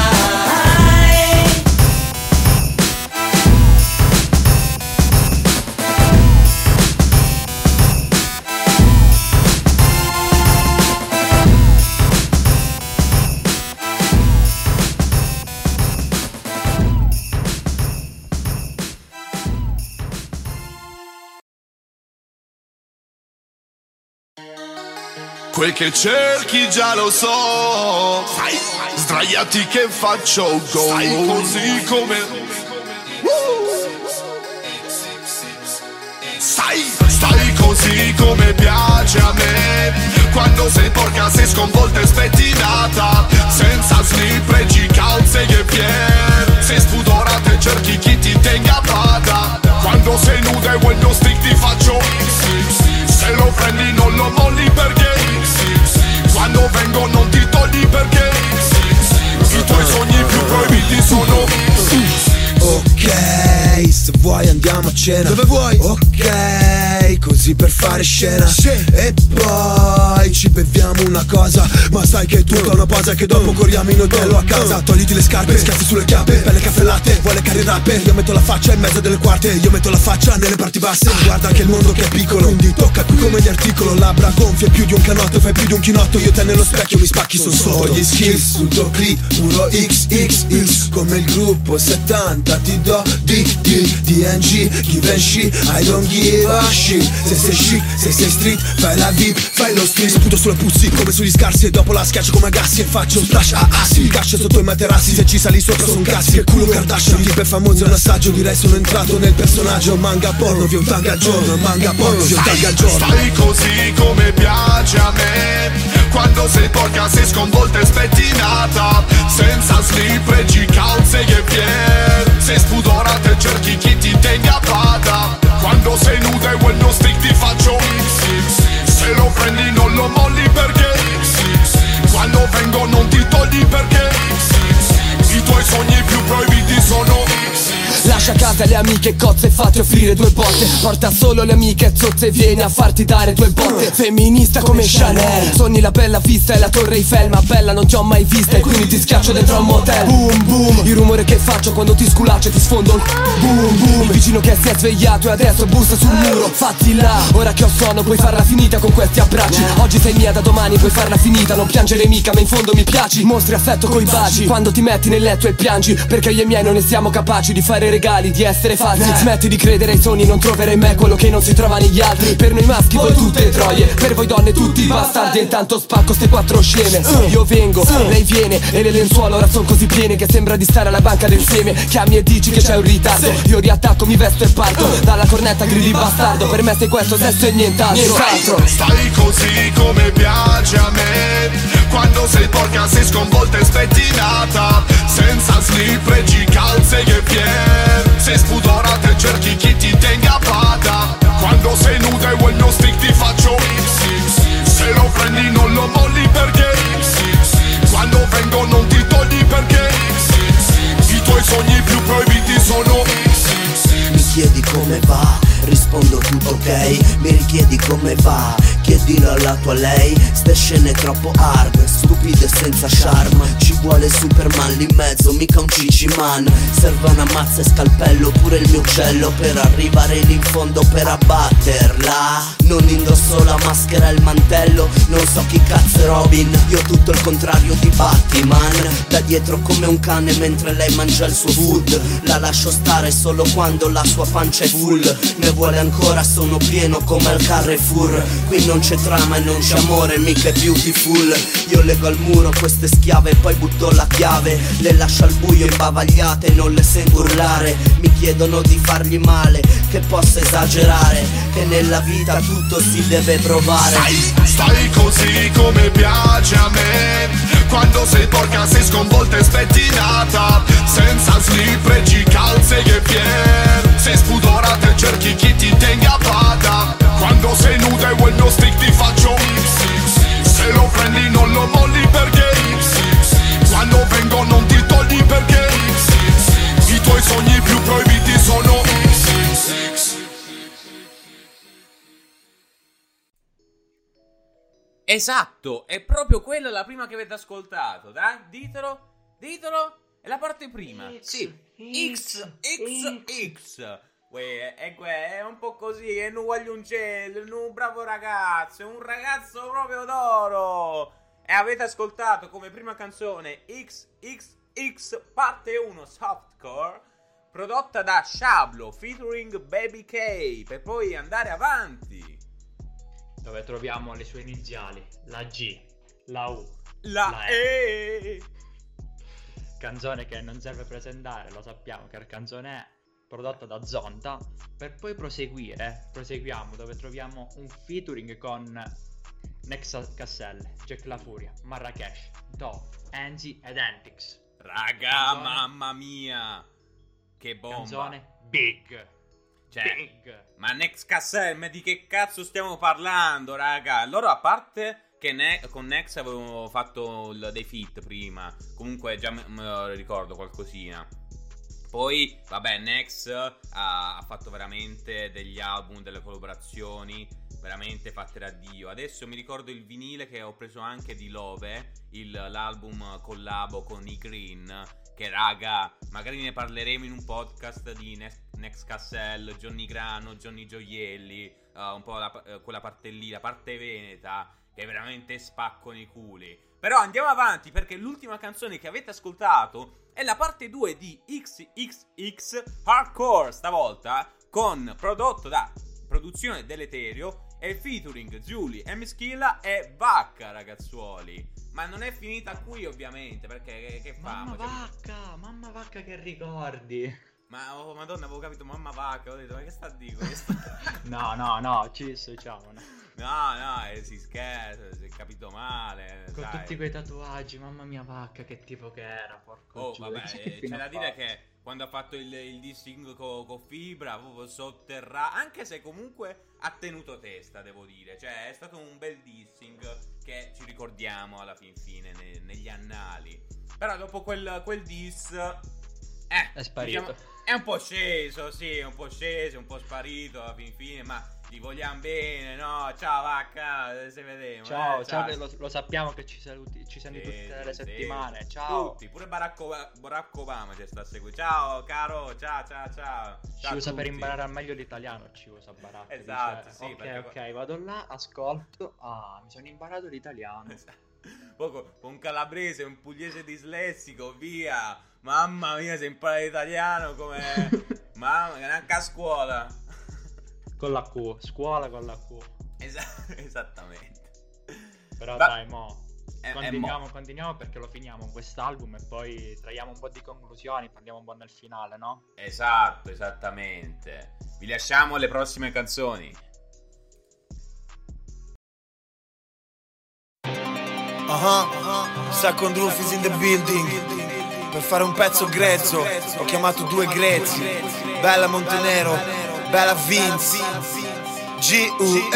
Quel che cerchi già lo so. Sdraiati che faccio go. Stai così come Stai, stai così come piace a me. Quando sei porca, sei sconvolta e spettinata, senza slip, pregi, calze e fier. Sei spudorata e cerchi chi ti tenga a bada. Quando sei nuda e vuoi il mio stick ti faccio X. Se lo prendi non lo molli perché quando vengo non ti togli perché i tuoi sogni più proibiti sono. Ok, se vuoi andiamo a cena. Dove vuoi? Ok, così per fare scena. Sì. E poi ci beviamo una cosa. Ma sai che è tutta una posa, che dopo corriamo in hotel o a casa. Togliti le scarpe, schiaffi sulle chiappe, pelle caffè latte, vuole carri rapper. Io metto la faccia in mezzo delle quarte, io metto la faccia nelle parti basse. Guarda che il mondo che è piccolo, quindi tocca qui come gli articoli. Labbra gonfie più di un canotto, fai più di un chinotto. Io te nello specchio mi spacchi, son sotto gli skills. Tutto clip, puro X X X. Come il gruppo settanta ti do D D D N G, give and shit, I don't give a shit. Se sei chic, se sei street, fai la V I P, fai lo street. Saputo sulla puzzi come sugli scarsi, e dopo la schiaccio come Agassi e faccio un splash a assi. Mi cascio sotto i materassi, se ci sali sopra son cazzi. Che culo Kardashian, tipe famoso è un assaggio. Direi sono entrato nel personaggio. Manga porno, vi un tanga al giorno. Manga porno, vi un tanga al giorno. Stai così come piace a me, quando sei porca, sei sconvolta e spettinata, senza slip, regi, calze e fier. Sei spudorata e cerchi chi ti tenga a bada. Quando sei nuda e vuoi no stick ti faccio X. Se lo prendi non lo molli perché X. Quando vengo non ti togli perché X. I tuoi sogni più proibiti sono X. Lascia a casa le amiche cozze e fatti offrire due botte. Porta solo le amiche zozze e vieni a farti dare due botte. Femminista come Chanel, sogni la bella vista e la torre Eiffel, ma bella non ti ho mai vista e quindi ti schiaccio dentro a un motel. Boom boom, il rumore che faccio quando ti sculaccio e ti sfondo il boom boom. Il vicino che si è svegliato e adesso bussa sul muro. Fatti là, ora che ho sonno puoi farla finita con questi abbracci. Oggi sei mia, da domani puoi farla finita. Non piangere mica, ma in fondo mi piaci. Mostri affetto coi baci quando ti metti nel letto e piangi, perché io e i miei non ne siamo capaci di fare regali, di essere falsi. Smetti di credere ai sogni, non troverai in me quello che non si trova negli altri. Per noi maschi voi tutte troie, per voi donne tutti bastardi. E intanto spacco ste quattro sceme. Io vengo, lei viene e le lenzuola ora son così piene che sembra di stare alla banca del seme. Chiami e dici che c'è un ritardo, io riattacco, mi vesto e parto. Dalla cornetta gridi bastardo, per me sei questo sesso e nient'altro. Stai così come piace a me, quando sei porca, sei sconvolta e spettinata, senza slip, regi, calze e fier. Sei spudorata e cerchi chi ti tenga a bada. Quando sei nuda e vuoi no stick ti faccio X. Se lo prendi non lo molli perché X. Quando vengo non ti togli perché X. I tuoi sogni più proibiti sono X. Mi chiedi come va, rispondo tutto ok. Mi richiedi come va, chiedilo alla tua lei. Ste scene troppo hard, stupide senza charm. Ci vuole Superman lì in mezzo, mica un ciciman. Serve una mazza e scalpello, pure il mio uccello, per arrivare lì in fondo per abbatterla. Non indosso la maschera e il mantello, non so chi cazzo è Robin. Io tutto il contrario di Batman, da dietro come un cane mentre lei mangia il suo food. La lascio stare solo quando la sua pancia è full. Ne vuole ancora, sono pieno come al Carrefour. Qui non c'è trama e non c'è amore, mica è beautiful. Io lego al muro queste schiave e poi butto la chiave. Le lascio al buio imbavagliate e non le sento urlare. Mi chiedono di fargli male, che posso esagerare, che nella vita tutto si deve provare. Stai, stai così come piace a me, quando sei porca, sei sconvolta e spettinata, senza slip, regi, calze e fier. Sei spudorata e cerchi chi ti tenga a bada. Quando sei nuda e vuoi no stick ti faccio X. Se lo prendi non lo molli perché X. Quando vengo non ti togli perché X. I tuoi sogni più proibiti sono X. Esatto, è proprio quella la prima che avete ascoltato, dai, ditelo, ditelo, è la parte prima. Sì, X, X, X. Uè, è, è un po' così, è un guagliuncello, è un bravo ragazzo, è un ragazzo proprio d'oro. E avete ascoltato come prima canzone X X X parte uno Softcore, prodotta da Shablo featuring Baby K, per poi andare avanti, dove troviamo le sue iniziali, la G, la U, la, la E. e. Canzone che non serve presentare, lo sappiamo che canzone è, prodotta da Zonta, per poi proseguire, proseguiamo dove troviamo un featuring con Nex Cassel, Jack La Furia, Marrakesh, Do, Anzi ed Antics. Raga, canzone, mamma mia, che bomba. Canzone big. Cioè, big. Ma Nex Cassel, ma di che cazzo stiamo parlando, raga? Loro, a parte che ne- con Nex avevo fatto il- dei feat prima, comunque già me, me lo ricordo qualcosina. Poi, vabbè, Nex ha, ha fatto veramente degli album, delle collaborazioni veramente fatte da Dio. Adesso mi ricordo il vinile che ho preso anche di Love, il, l'album collabo con i Green, che raga, magari ne parleremo in un podcast di Nex, Nex Cassel, Johnny Grano, Johnny Gioielli, uh, un po' la, uh, quella parte lì, la parte veneta, che veramente spaccano i culi. Però andiamo avanti, perché l'ultima canzone che avete ascoltato è la parte due di X X X Hardcore, stavolta con prodotto da produzione Deleterio e il featuring Giulia e Mischilla e Vacca, ragazzuoli. Ma non è finita qui, ovviamente, perché che, che fa? Mamma Vacca, mamma Vacca, che ricordi. Ma oh, madonna, avevo capito mamma Vacca, ho detto ma che sta a dire questo? No, no, no, ci dissociamo, no. No, no, eh, si scherza, si è capito male. Con sai. tutti quei tatuaggi, mamma mia Vacca, che tipo che era, porco Oh, giuda. vabbè, eh, c'è da dire che quando ha fatto il, il dissing con co Fibra, proprio sotterrato, anche se comunque ha tenuto testa, devo dire. Cioè, è stato un bel dissing che ci ricordiamo alla fin fine ne, negli annali. Però dopo quel, quel diss... Eh, è sparito. Diciamo, è un po' sceso, sì, è un po' sceso, un po' sparito alla fin fine, ma gli vogliamo bene, no? Ciao Vacca, se vediamo. Ciao, eh, ciao, ciao. Lo, lo sappiamo che ci saluti, ci senti Sì, tutte le sì, settimane. sì. Ciao. Tutti, pure Barack, Ob- Barack Obama ci sta a seguire. Ciao caro, ciao ciao ciao. Ci ciao usa a per tutti. imparare al meglio l'italiano, ci usa Barack. Esatto, dice, sì, ok, perché- ok, vado là, ascolto. Ah, mi sono imparato l'italiano. Poco, un calabrese, un pugliese dislessico, via. Mamma mia, se impara l'italiano come... Mamma, neanche a scuola. Con la Q, scuola con la Q. Esa- esattamente. Però Ma- dai, mo. è- è Continuiamo, mo. continuiamo perché lo finiamo quest'album e poi traiamo un po' di conclusioni, parliamo un po' nel finale, no? Esatto, esattamente. Vi lasciamo alle prossime canzoni. Uh-huh. Second Roof is in the building. Per fare un pezzo grezzo ho chiamato due grezzi. Bella Montenero, bella Vince, G U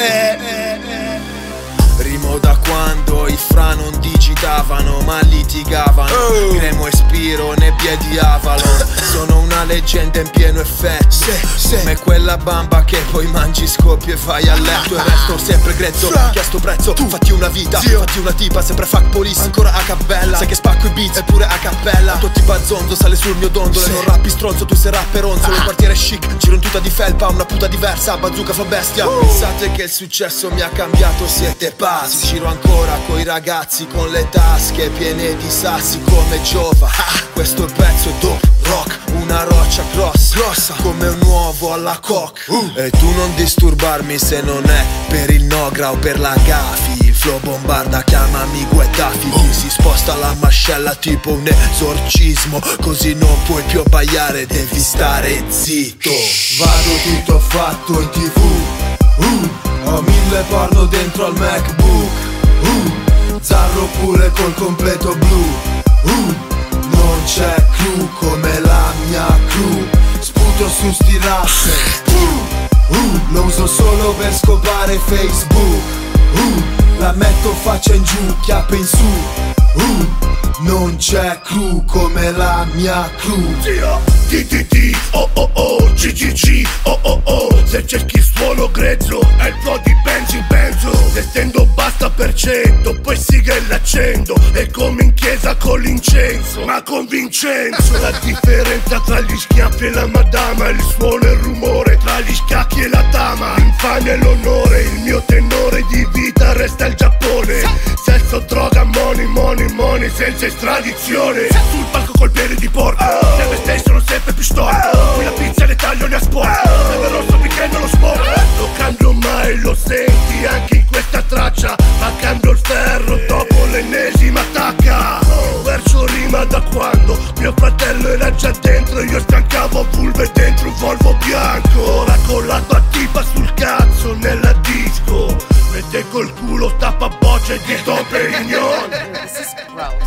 E. Rimo da quando i fra non digitavano ma litigavano. oh. Gremo e Spiro, nebbie di Avalon. Sono una leggenda in pieno effetto, come quella bamba che poi mangi, scoppi e vai a letto. E resto sempre grezzo, chiesto prezzo. Tu fatti una vita, fatti una tipa, sempre fuck police, ancora a cappella. Sai che spacco i beats, eppure a cappella. Tuo tipa zonzo sale sul mio dondolo. E non rappi stronzo, tu sei rapperonzo. Nel quartiere chic, giro in tuta di felpa, una puta diversa, bazooka fa bestia. Pensate che il successo mi ha cambiato, siete pazzi. Giro ancora coi ragazzi con le tasche piene di sassi come Giova. ah, Questo pezzo è dope rock, una roccia grossa, grossa come un uovo alla coque. uh. E tu non disturbarmi se non è per il Nogra o per la Gafi. Il flow bombarda, chiamami Guedafi. uh. Si sposta la mascella tipo un esorcismo, così non puoi più abbaiare, devi stare zitto. Vado tutto fatto in tv, uh. Ho mille porno dentro al MacBook, uh. Zarro pure col completo blu, uh. Non c'è crew come la mia crew. Sputo su sti rapper, uh. Uh. Lo uso solo per scopare Facebook, uh. La metto faccia in giù, chiappe in su, uh. Non c'è crew come la mia crew. T T T, oh oh oh, G G G, oh oh oh. Se cerchi suono grezzo, è il flow di Benji Benzo. Se stendo basta per cento, poi siga e l'accendo. È come in chiesa con l'incenso, ma con Vincenzo. La differenza tra gli schiaffi e la madama, il suono e il rumore, tra gli scacchi e la dama. L'infamia e l'onore, il mio tenore di vita resta il Giappone. Sesso, droga, money, money, money, senza estradizione. Sul palco col piede di porco, sempre stay sono sempre più storto. Qui la pizza le taglio ne asporto, sempre rosso weekend lo sporco. Lo cambio mai, lo senti anche in questa traccia. Ma cambio il ferro dopo l'ennesima tacca. Verso rima da quando mio fratello era già dentro. Io stancavo vulve dentro un Volvo bianco. Ora con la tua tipa sul cazzo nella disco. Mette col culo tappa bocce di Dom Perignon. This is gross.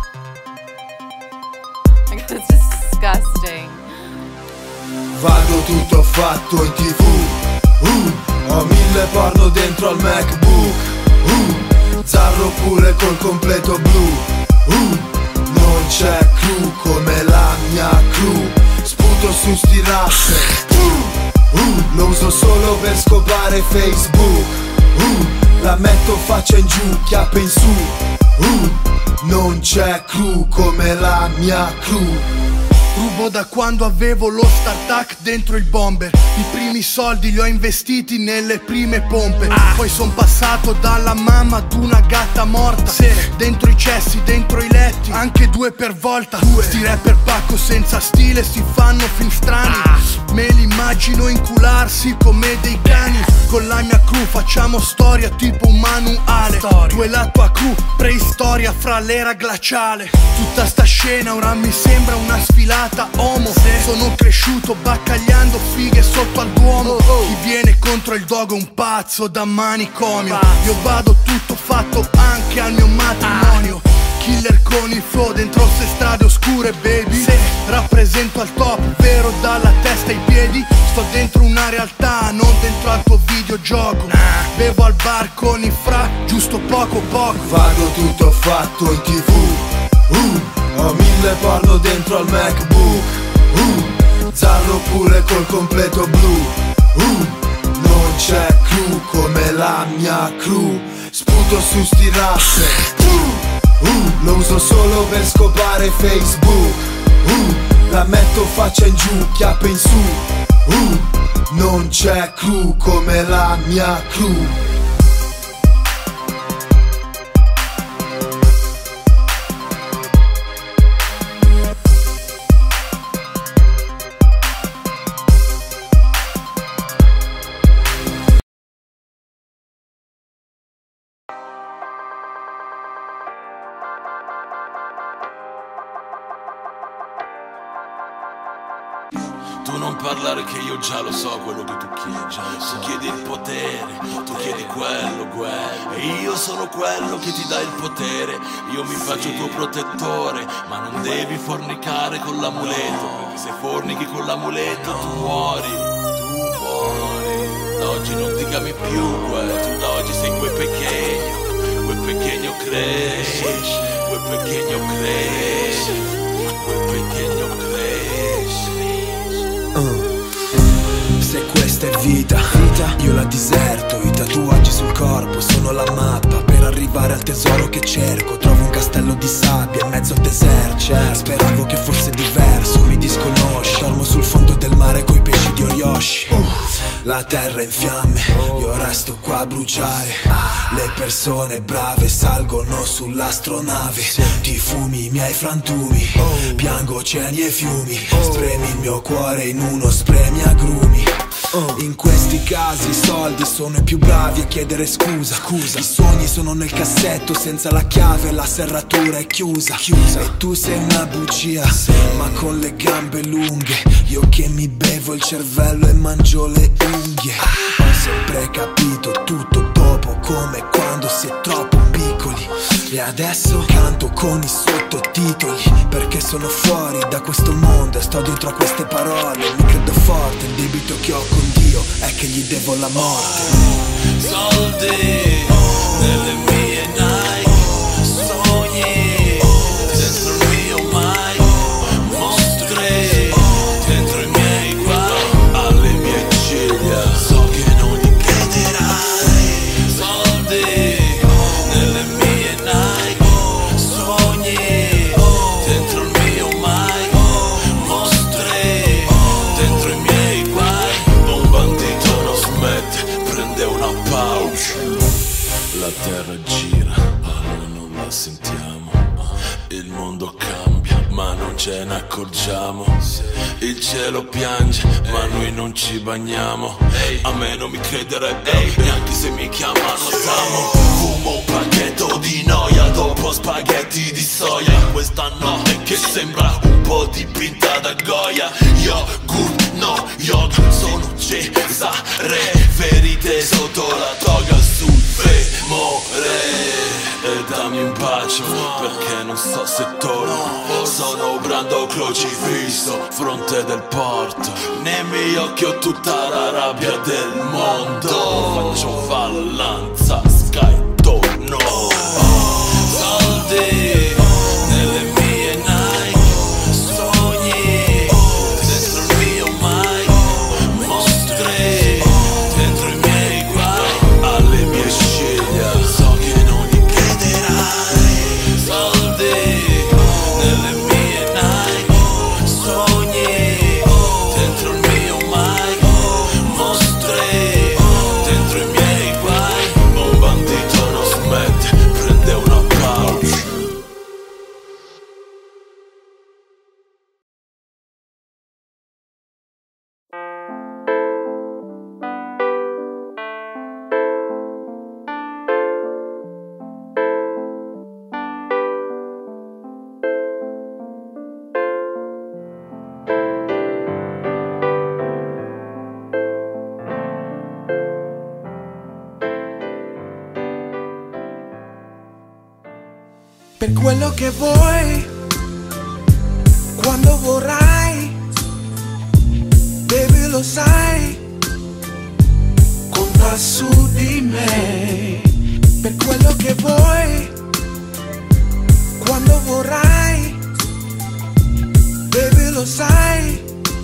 Like, this is disgusting. Vado tutto fatto in tv, uh. Ho mille porno dentro al MacBook, uh. Zarro pure col completo blu, uh. Non c'è crew come la mia crew. Sputo su sti rapper, uh. Uh. Lo uso solo per scopare Facebook, uh. La metto faccia in giù, chiappe in su, uh. Non c'è crew come la mia crew. Vivo da quando avevo lo start-up dentro il bomber. I primi soldi li ho investiti nelle prime pompe. ah. Poi son passato dalla mamma ad una gatta morta. sì. Dentro i cessi, dentro i letti, anche due per volta. due. Sti rapper pacco senza stile si fanno film strani. ah. Me li immagino incularsi come dei cani. Con la mia crew facciamo storia tipo un manuale. Storia. Tu e la tua crew, preistoria fra l'era glaciale. Tutta sta scena ora mi sembra una sfilata homo. sì. Sono cresciuto baccagliando fighe sotto al Duomo. oh, oh. Chi viene contro il dogo è un pazzo da manicomio. Pazzo. Io vado tutto fatto anche al mio matrimonio. ah. Killer con il flow dentro ste strade oscure, baby. sì. Rappresento al top, vero dalla testa ai piedi. Sto dentro una realtà, non dentro al tuo videogioco. nah. Bevo al bar con i fra, giusto poco poco. Vado tutto fatto in tv. uh, Ho mille porno dentro al MacBook. uh, Zarro pure col completo blu. uh, Non c'è crew come la mia crew. Sputo su sti rapper. uh, Uh, lo uso solo per scopare Facebook. uh, La metto faccia in giù, chiappe in su. uh, Non c'è crew come la mia crew. Tu non parlare che io già lo so quello che tu chiedi. Tu chiedi il potere, tu chiedi quello, quello. E io sono quello che ti dà il potere. Io mi faccio il tuo protettore. Ma non devi fornicare con l'amuleto, perché se fornichi con l'amuleto tu muori. Tu muori. Da oggi non digami più quello. Tu da oggi sei quel pequeño. Quel pequeño cresci. Quel pequeño cresci. Quel pequeño cresci. Uh. Se questa è vita, vita, io la diserto. I tatuaggi sul corpo sono la mappa per arrivare al tesoro che cerco. Trovo un castello di sabbia in mezzo al deserto. certo. Speravo che fosse diverso, mi disconosci. Dormo sul fondo del mare coi pesci di Oryoshi. uh. La terra è in fiamme, io resto qua a bruciare. Le persone brave salgono sull'astronave. Ti fumi i miei frantumi, piango oceani e fiumi. Spremi il mio cuore in uno spremi agrumi. In questi casi i soldi sono i più bravi a chiedere scusa. Scusa. I sogni sono nel cassetto senza la chiave, la serratura è chiusa. chiusa. E tu sei una bugia, sì. ma con le gambe lunghe. Io che mi bevo il cervello e mangio le unghie. ah. Ho sempre capito tutto dopo, come quando si è troppo piccoli. E adesso canto con i sottotitoli, perché sono fuori da questo mondo e sto dentro a queste parole. Mi credo forte, il debito che ho con Dio è che gli devo la morte. Soldi nelle mie Nike, sogni dentro il mio Mike, mostri dentro i miei guai, alle mie ciglia. So che non gli crederai. Soldi nelle mie Nike, sogni dentro il mio Mike, mostri dentro i miei guai. Un bandito non smette, prende una pausa. La terra gira, ma noi non la sentiamo. Il mondo cambia, ma non ce ne accorgiamo. Il cielo piange, ma noi non ci bagniamo. A me non mi crederebbe, neanche se mi chiamano Samo. Fumo un pacchetto di noia dopo spaghetti di soia. Questa notte che sembra un po' dipinta da Goya. Yogurt, no yogurt, sono Cesare. Ferite sotto la toga sul femore. E dammi un bacio, perché non so se torno. Sono brando crocifisso, fronte del porto. Nei miei occhi ho tutta la rabbia del mondo. Faccio vallanza, sky torno. Soldi nelle mie Nike, sogni dentro il mio Mike, mostri dentro i miei guai, alle mie ciglia. So che non gli crederai. Soldi nelle mie Nike, sogni per quello che vuoi, quando vorrai, baby lo sai, conta su di me, per quello che vuoi, quando vorrai, baby lo sai,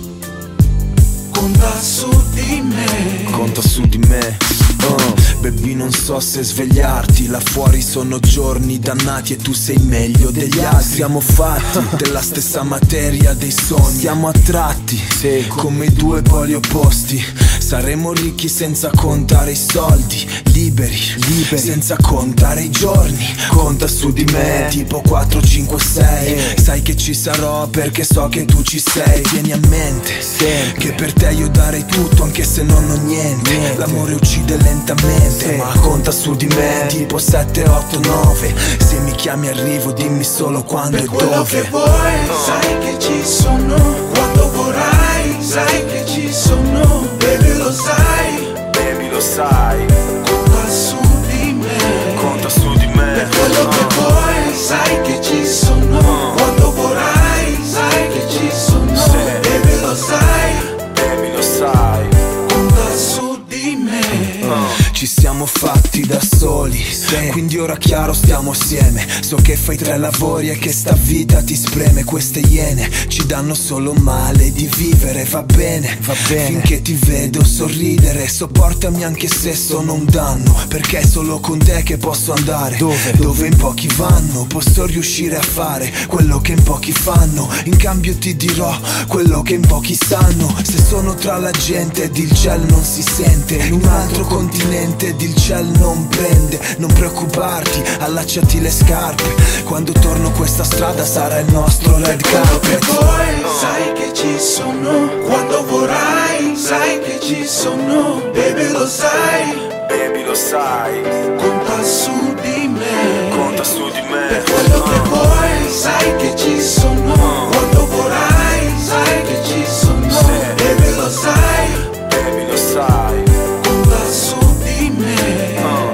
conta su di me, conta su di me. Oh, baby non so se svegliarti, là fuori sono giorni dannati e tu sei meglio degli altri. Siamo fatti della stessa materia dei sogni, siamo attratti, sì, come due poli opposti. Saremo ricchi senza contare i soldi, liberi, liberi, senza contare i giorni. Conta su di me, tipo quattro, cinque, sei. Sai che ci sarò perché so che tu ci sei. Tieni a mente che per te io darei tutto anche se non ho niente. L'amore uccide lentamente, ma conta su di me, tipo sette, otto, nove. Se mi chiami arrivo, dimmi solo quando e dove. Per quello che vuoi, sai che ci sono, quando vorrai, sai che ci sono, baby lo sai, baby lo sai, conta su di me, conta su di me. Per quello che vuoi, sai che ci sono, quando vorrai, sai che ci sono, baby lo sai, baby lo sai, conta su di me. uh. Ci siamo fatti da soli, sì, quindi ora chiaro stiamo assieme. So che fai tre lavori e che sta vita ti spreme. Queste iene ci danno solo male di vivere. Va bene, va bene, finché ti vedo sorridere. Sopportami anche se sono un danno, perché è solo con te che posso andare Dove? Dove in pochi vanno. Posso riuscire a fare quello che in pochi fanno. In cambio ti dirò quello che in pochi sanno. Se sono tra la gente ed il cielo non si sente, in un altro continente ed il cielo non prende. Non preoccuparti, allacciati le scarpe. Quando torno questa strada sarà il nostro red carpet. Quello che vuoi, sai che ci sono, quando vorrai, sai che ci sono, baby lo sai, baby lo sai, conta su di me, conta su di me. Per quello che vuoi, sai che ci sono, quando vorrai, sai che ci sono, baby lo sai, baby lo sai, conta su di me.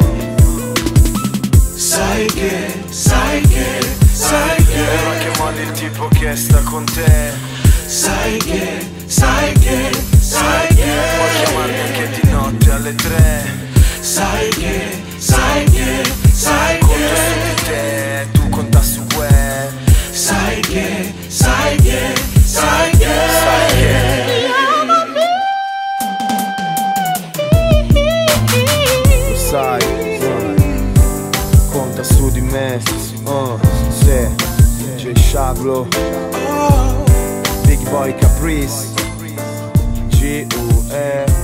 Sai che, sai che, sai che, ora che mandi il tipo che sta con te. Sai che, sai che, sai che, puoi chiamarmi anche di notte alle tre. Sai che, sai che, sai conto che, su di te, tu conta su que. Sai che, sai che, sai che, sai che, lo sai, uh, conta su di me, uh, se J Shaglo, Big Boy Caprice, G U E.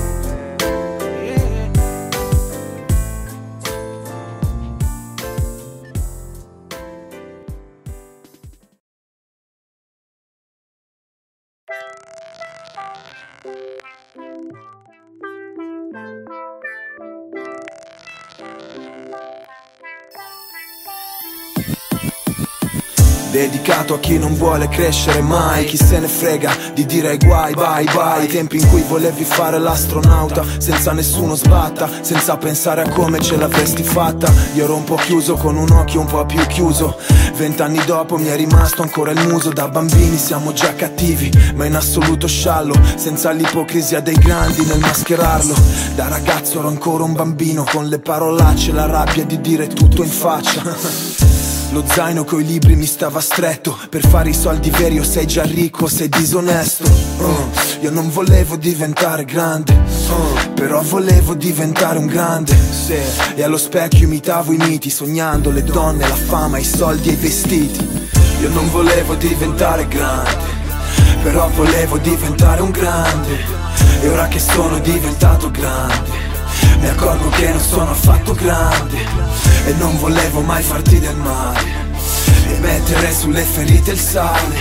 Dedicato a chi non vuole crescere mai, chi se ne frega di dire ai guai, bye bye. I tempi in cui volevi fare l'astronauta senza nessuno sbatta, senza pensare a come ce l'avresti fatta. Io ero un po' chiuso con un occhio un po' più chiuso. Vent'anni dopo mi è rimasto ancora il muso. Da bambini siamo già cattivi, ma in assoluto sciallo, senza l'ipocrisia dei grandi nel mascherarlo. Da ragazzo ero ancora un bambino, con le parolacce, la rabbia di dire tutto in faccia. Lo zaino coi libri mi stava stretto. Per fare i soldi veri o sei già ricco o sei disonesto. uh, Io non volevo diventare grande, uh, però volevo diventare un grande, sì. E allo specchio imitavo i miti, sognando le donne, la fama, i soldi e i vestiti. Io non volevo diventare grande, però volevo diventare un grande. E ora che sono diventato grande, mi accorgo che non sono affatto grande. E non volevo mai farti del male e mettere sulle ferite il sale.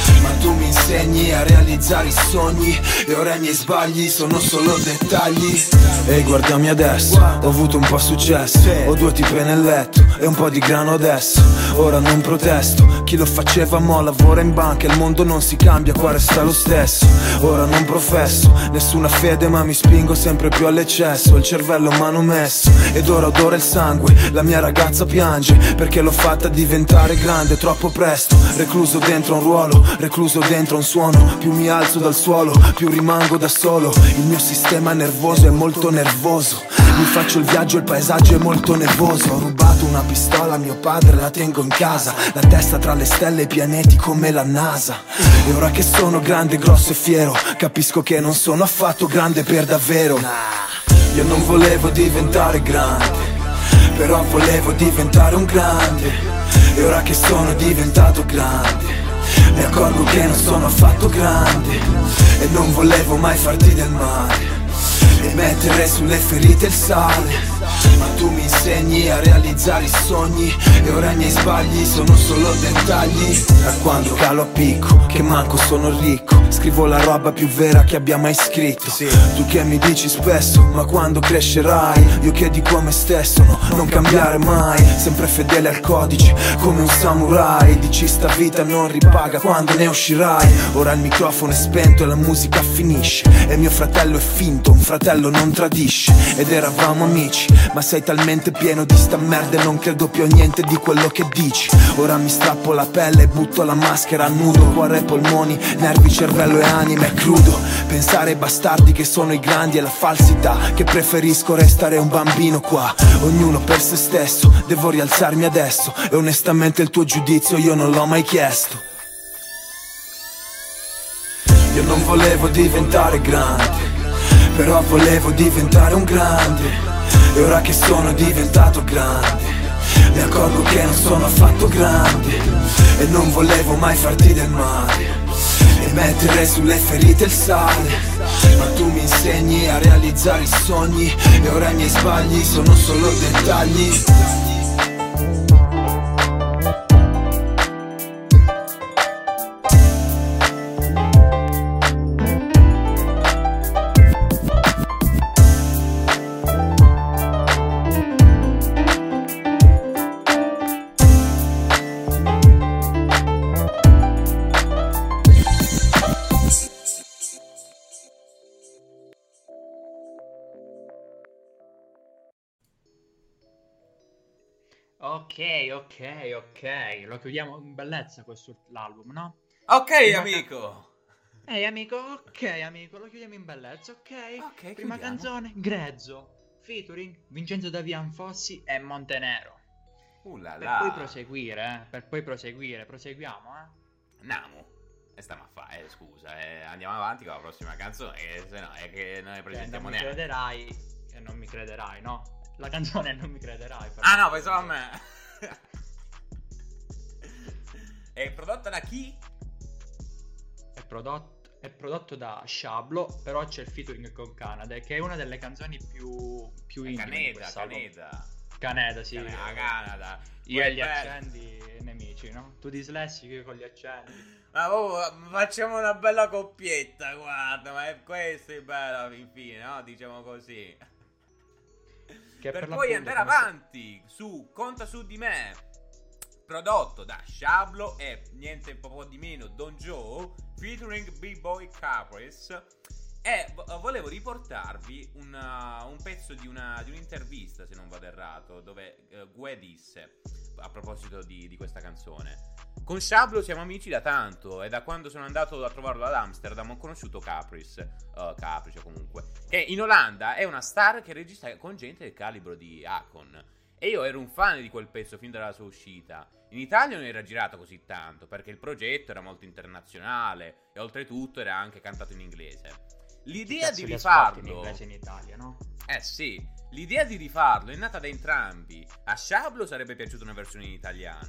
ma tu mi insegni a realizzare i sogni, e ora i miei sbagli sono solo dettagli. Ehi, guardami adesso, ho avuto un po' successo, ho due tipe nel letto e un po' di grano adesso. Ora non protesto, chi lo faceva mo lavora in banca, il mondo non si cambia, qua resta lo stesso. Ora non professo nessuna fede, ma mi spingo sempre più all'eccesso, il cervello manomesso, ed ora odora il sangue, la mia ragazza piange perché l'ho fatta diventare grande troppo presto. Recluso dentro un ruolo, recluso dentro un suono, più mi alzo dal suolo, più rimango da solo. Il mio sistema nervoso è molto nervoso, mi faccio il viaggio, il paesaggio è molto nevoso. Ho rubato una pistola a mio padre, la tengo in casa, la testa tra le stelle e i pianeti come la NASA. E ora che sono grande, grosso e fiero, capisco che non sono affatto grande per davvero. Io non volevo diventare grande, però volevo diventare un grande. E ora che sono diventato grande, mi accorgo che non sono affatto grande, e non volevo mai farti del male e mettere sulle ferite il sale. Ma tu mi insegni a realizzare i sogni, e ora i miei sbagli sono solo dettagli. Da quando calo a picco, che manco sono ricco, scrivo la roba più vera che abbia mai scritto. Tu che mi dici spesso, ma quando crescerai? Io che dico a me stesso, no, non cambiare mai, sempre fedele al codice, come un samurai. Dici sta vita non ripaga, quando ne uscirai? Ora il microfono è spento e la musica finisce, e mio fratello è finto, un fratello non tradisce. Ed eravamo amici, ma sei talmente pieno di sta merda e non credo più a niente di quello che dici. Ora mi strappo la pelle e butto la maschera a nudo, cuore e polmoni, nervi, cervello e anima è crudo. Pensare ai bastardi che sono i grandi è la falsità, che preferisco restare un bambino qua. Ognuno per se stesso, devo rialzarmi adesso, e onestamente il tuo giudizio io non l'ho mai chiesto. Io non volevo diventare grande, però volevo diventare un grande. E ora che sono diventato grande, mi accorgo che non sono affatto grande, e non volevo mai farti del male e mettere sulle ferite il sale. Ma tu mi insegni a realizzare i sogni, e ora i miei sbagli sono solo dettagli. Ok, ok, ok. Lo chiudiamo in bellezza questo l'album, no? Ok, Prima amico. Ca- Ehi, amico, ok, amico, lo chiudiamo in bellezza, ok? Ok, Prima chiudiamo. canzone, Grezzo, featuring Vincenzo Davian Fossi e Montenero. Uh là Per là. poi proseguire, eh? Per poi proseguire, proseguiamo, eh? Andiamo. E stiamo a fare, eh, scusa, eh, andiamo avanti con la prossima canzone, che se no è che non ne Cioè, presentiamo non mi neanche. crederai, e non mi crederai, no? La canzone non mi crederai. però. Ah no, pensavo a me. È prodotta da chi? È prodotto, è prodotto da Shablo, però c'è il featuring con Canada, che è una delle canzoni più, più È intime di Caneda, quest'album. Caneda. Canada, sì. Caneda, la Canada. Io e gli Poi, beh, accendi nemici, no? Tu dislessico, io con gli accendi. Ma oh, facciamo una bella coppietta, guarda, ma è questo è bello infine, no? Diciamo così. Che per, per poi l'appunto andare come sta- avanti su Conta su di me, prodotto da Shablo e niente po' di meno Don Joe featuring B-Boy Caprice. E vo- volevo riportarvi una- un pezzo di, una, di un'intervista, se non vado errato, dove uh, Gue disse, a proposito di, di questa canzone: con Shablo siamo amici da tanto, e da quando sono andato a trovarlo ad Amsterdam ho conosciuto Caprice, uh, Caprice comunque, che in Olanda è una star che registra con gente del calibro di Akon. E io ero un fan di quel pezzo fin dalla sua uscita. In Italia non era girato così tanto, perché il progetto era molto internazionale e oltretutto era anche cantato in inglese. L'idea Cazzo di li ascolti in rifarlo... inglese in Italia, no? Eh sì, l'idea di rifarlo è nata da entrambi. A Shablo sarebbe piaciuta una versione in italiano,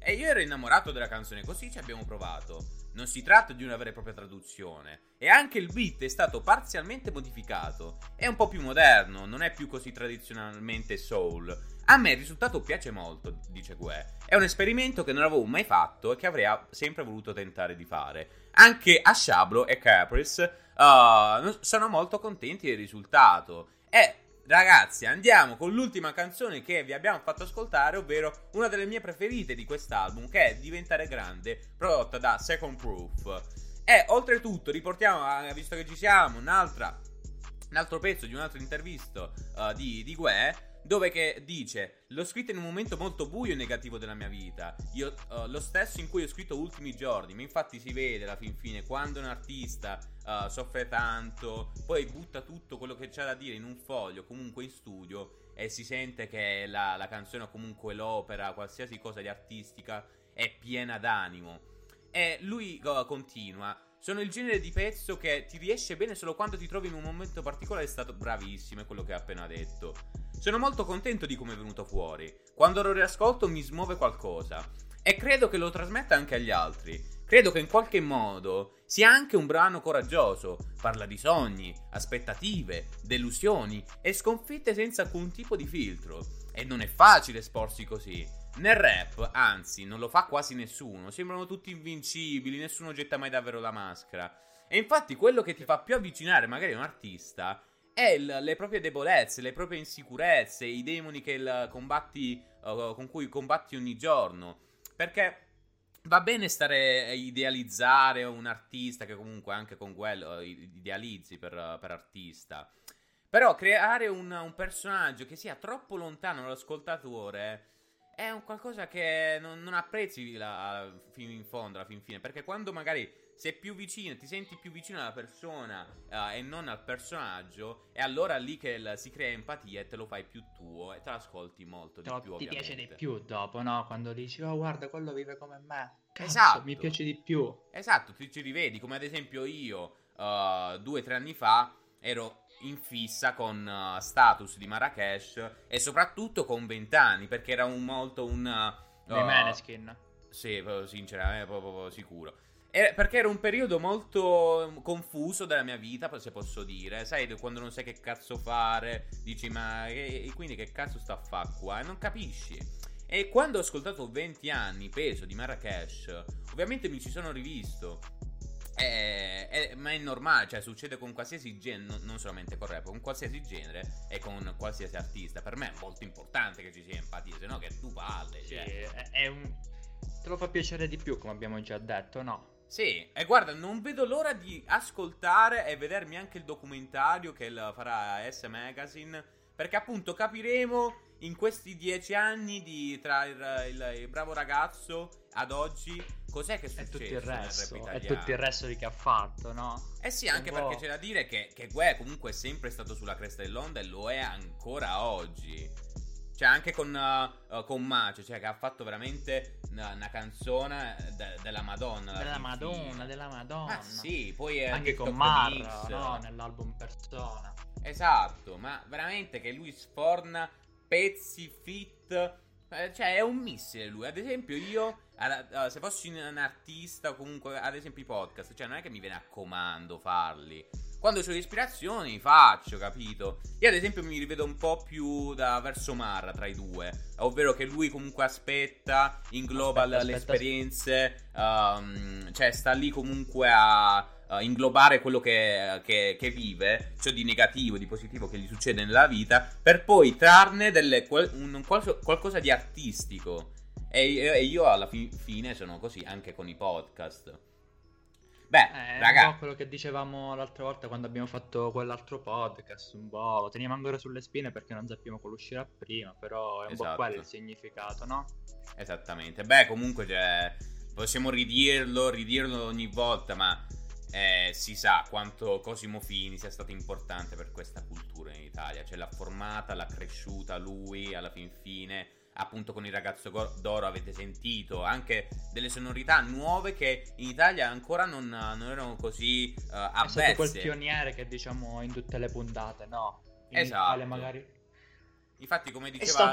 E io ero innamorato della canzone, così ci abbiamo provato. Non si tratta di una vera e propria traduzione. E anche il beat è stato parzialmente modificato. È un po' più moderno, non è più così tradizionalmente soul. A me il risultato piace molto, dice Gue. È un esperimento che non avevo mai fatto e che avrei sempre voluto tentare di fare. Anche Ashablo e Caprice uh, sono molto contenti del risultato. E ragazzi, andiamo con l'ultima canzone che vi abbiamo fatto ascoltare, ovvero una delle mie preferite di quest'album, che è Diventare Grande, prodotta da Second Proof. E oltretutto riportiamo, visto che ci siamo, un'altra, un altro pezzo di un'altra intervista uh, di, di Gue, dove che dice: l'ho scritto in un momento molto buio e negativo della mia vita, io, uh, lo stesso in cui ho scritto Ultimi Giorni. Ma infatti si vede alla fin fine quando un artista uh, soffre tanto, poi butta tutto quello che c'ha da dire in un foglio, comunque in studio, e si sente che la, la canzone o comunque l'opera, qualsiasi cosa di artistica, è piena d'animo. E lui uh, continua: sono il genere di pezzo che ti riesce bene solo quando ti trovi in un momento particolare. È stato bravissimo, è quello che ha appena detto. Sono molto contento di come è venuto fuori. Quando lo riascolto mi smuove qualcosa. E credo che lo trasmetta anche agli altri. Credo che in qualche modo sia anche un brano coraggioso. Parla di sogni, aspettative, delusioni e sconfitte senza alcun tipo di filtro. E non è facile esporsi così. Nel rap, anzi, non lo fa quasi nessuno. Sembrano tutti invincibili, nessuno getta mai davvero la maschera. E infatti quello che ti fa più avvicinare magari a un artista è il, le proprie debolezze, le proprie insicurezze, i demoni che il combatti, uh, con cui combatti ogni giorno. Perché va bene stare a idealizzare un artista, che comunque anche con quello idealizzi per, per artista. Però creare un, un personaggio che sia troppo lontano dall'ascoltatore è un qualcosa che non, non apprezzi la, fino in fondo, alla fin fine. Perché quando magari sei più vicino, ti senti più vicino alla persona uh, e non al personaggio, è allora lì che il, si crea empatia e te lo fai più tuo e te l'ascolti molto di No, più, ti ovviamente. piace di più dopo, no? Quando dici: oh guarda, quello vive come me. Cazzo, Esatto. mi piace di più. Esatto, ti ci rivedi, come ad esempio io uh, due o tre anni fa ero in fissa con uh, Status di Marrakesh e soprattutto con vent'anni, perché era un molto un uh, Dei Maneskin. Sì, proprio sinceramente, proprio, proprio sicuro. E perché era un periodo molto confuso della mia vita, se posso dire. Sai, quando non sai che cazzo fare, dici: ma e, e quindi che cazzo sta a fa qua? E non capisci. E quando ho ascoltato venti anni, peso di Marrakesh, ovviamente mi ci sono rivisto. E, e, ma è normale, cioè succede con qualsiasi genere, non solamente con rap, con qualsiasi genere e con qualsiasi artista. Per me è molto importante che ci sia empatia, se no che tu parli. Sì, cioè. è, è un... te lo fa piacere di più, come abbiamo già detto, no? Sì, e guarda, non vedo l'ora di ascoltare e vedermi anche il documentario che il farà S Magazine, perché appunto capiremo in questi dieci anni di, tra il, il, il bravo ragazzo ad oggi cos'è che è successo E tutto il resto, nel rap e italiano. tutto il resto di che ha fatto, no? Eh sì, anche Un po'. perché c'è da dire che, che Gue comunque è sempre stato sulla cresta dell'onda e lo è ancora oggi. Cioè anche con, uh, uh, con Mace, cioè che ha fatto veramente una, una canzone de- della Madonna. alla Della fin Madonna, fine. della Madonna. Ah sì, poi è Anche TikTok con Marra, Mix. no? Nell'album Persona. Esatto, ma veramente che lui sforna pezzi, fit, eh, cioè è un missile lui. Ad esempio io, ad- uh, se fossi un artista o comunque ad esempio i podcast, cioè non è che mi viene a comando farli. Quando ho le ispirazioni li faccio, capito? Io ad esempio mi rivedo un po' più da verso Marra tra i due, ovvero che lui comunque aspetta, ingloba Aspetta, le aspetta, esperienze, um, cioè sta lì comunque a uh, inglobare quello che, che, che vive, cioè di negativo, di positivo che gli succede nella vita, per poi trarne delle, un, qual- qualcosa di artistico. E, e io alla fi- fine sono così anche con i podcast. Beh, Eh, raga, un po' quello che dicevamo l'altra volta quando abbiamo fatto quell'altro podcast, un po' lo teniamo ancora sulle spine perché non sappiamo quello uscirà prima, però è un Esatto. po' quello il significato, no? esattamente. Beh, comunque cioè, possiamo ridirlo, ridirlo ogni volta, ma eh, si sa quanto Cosimo Fini sia stato importante per questa cultura in Italia. Cioè l'ha formata, l'ha cresciuta lui alla fin fine. Appunto con il Ragazzo d'Oro avete sentito anche delle sonorità nuove che in Italia ancora non, non erano così uh, È stato quel avverse. pioniere che diciamo in tutte le puntate, no? In Esatto. Italia magari Infatti come è diceva stato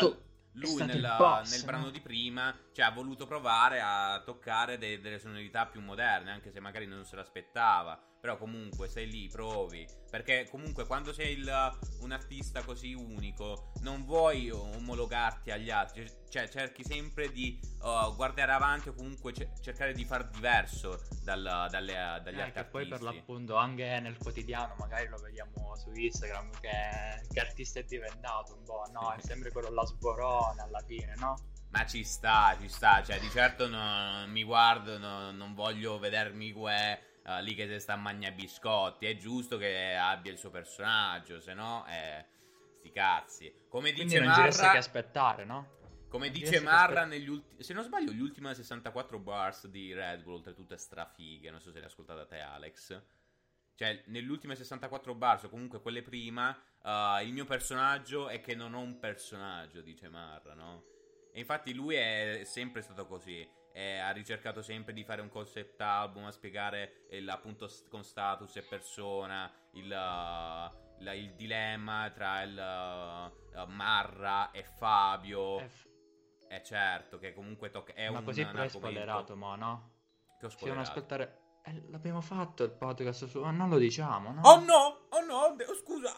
lui stato nel, il boss, nel no? brano di prima, cioè, ha voluto provare a toccare de- delle sonorità più moderne, anche se magari non se l'aspettava. Però comunque sei lì, provi. Perché comunque quando sei il, un artista così unico, non vuoi omologarti agli altri. Cioè cerchi sempre di uh, guardare avanti o comunque ce- cercare di far diverso dal, dalle, dagli Eh, altri che poi artisti. per l'appunto anche nel quotidiano magari lo vediamo su Instagram che, che artista è diventato un po', no? È sempre quello là sborone alla fine, no? Ma ci sta, ci sta. Cioè di certo non mi guardo, no, non voglio vedermi que... Uh, lì che si sta a mangiare biscotti. È giusto che abbia il suo personaggio, se no eh, sti cazzi. Come Quindi dice non ci resta che Marra, aspettare, no? come Non ci dice resta che Marra aspe- negli ultimi, se non sbaglio, gli ultimi sessantaquattro bars di Red Bull, oltretutto è strafighe. Non so se le hai ascoltate te, Alex. Cioè, nelle ultime sessantaquattro bars, o comunque quelle prima, uh, il mio personaggio è che non ho un personaggio, dice Marra, no? E infatti lui è sempre stato così. E ha ricercato sempre di fare un concept album, a spiegare il, appunto st- con status e persona il, uh, il, il dilemma tra il uh, Marra e Fabio. È f- E certo che comunque tocca, è Ma un, così un però è argomento spoilerato, mo, no? che ho Si devono spoilerato. aspettare... Eh, l'abbiamo fatto il podcast su... Ma non lo diciamo, no? Oh no, oh no, de- scusa,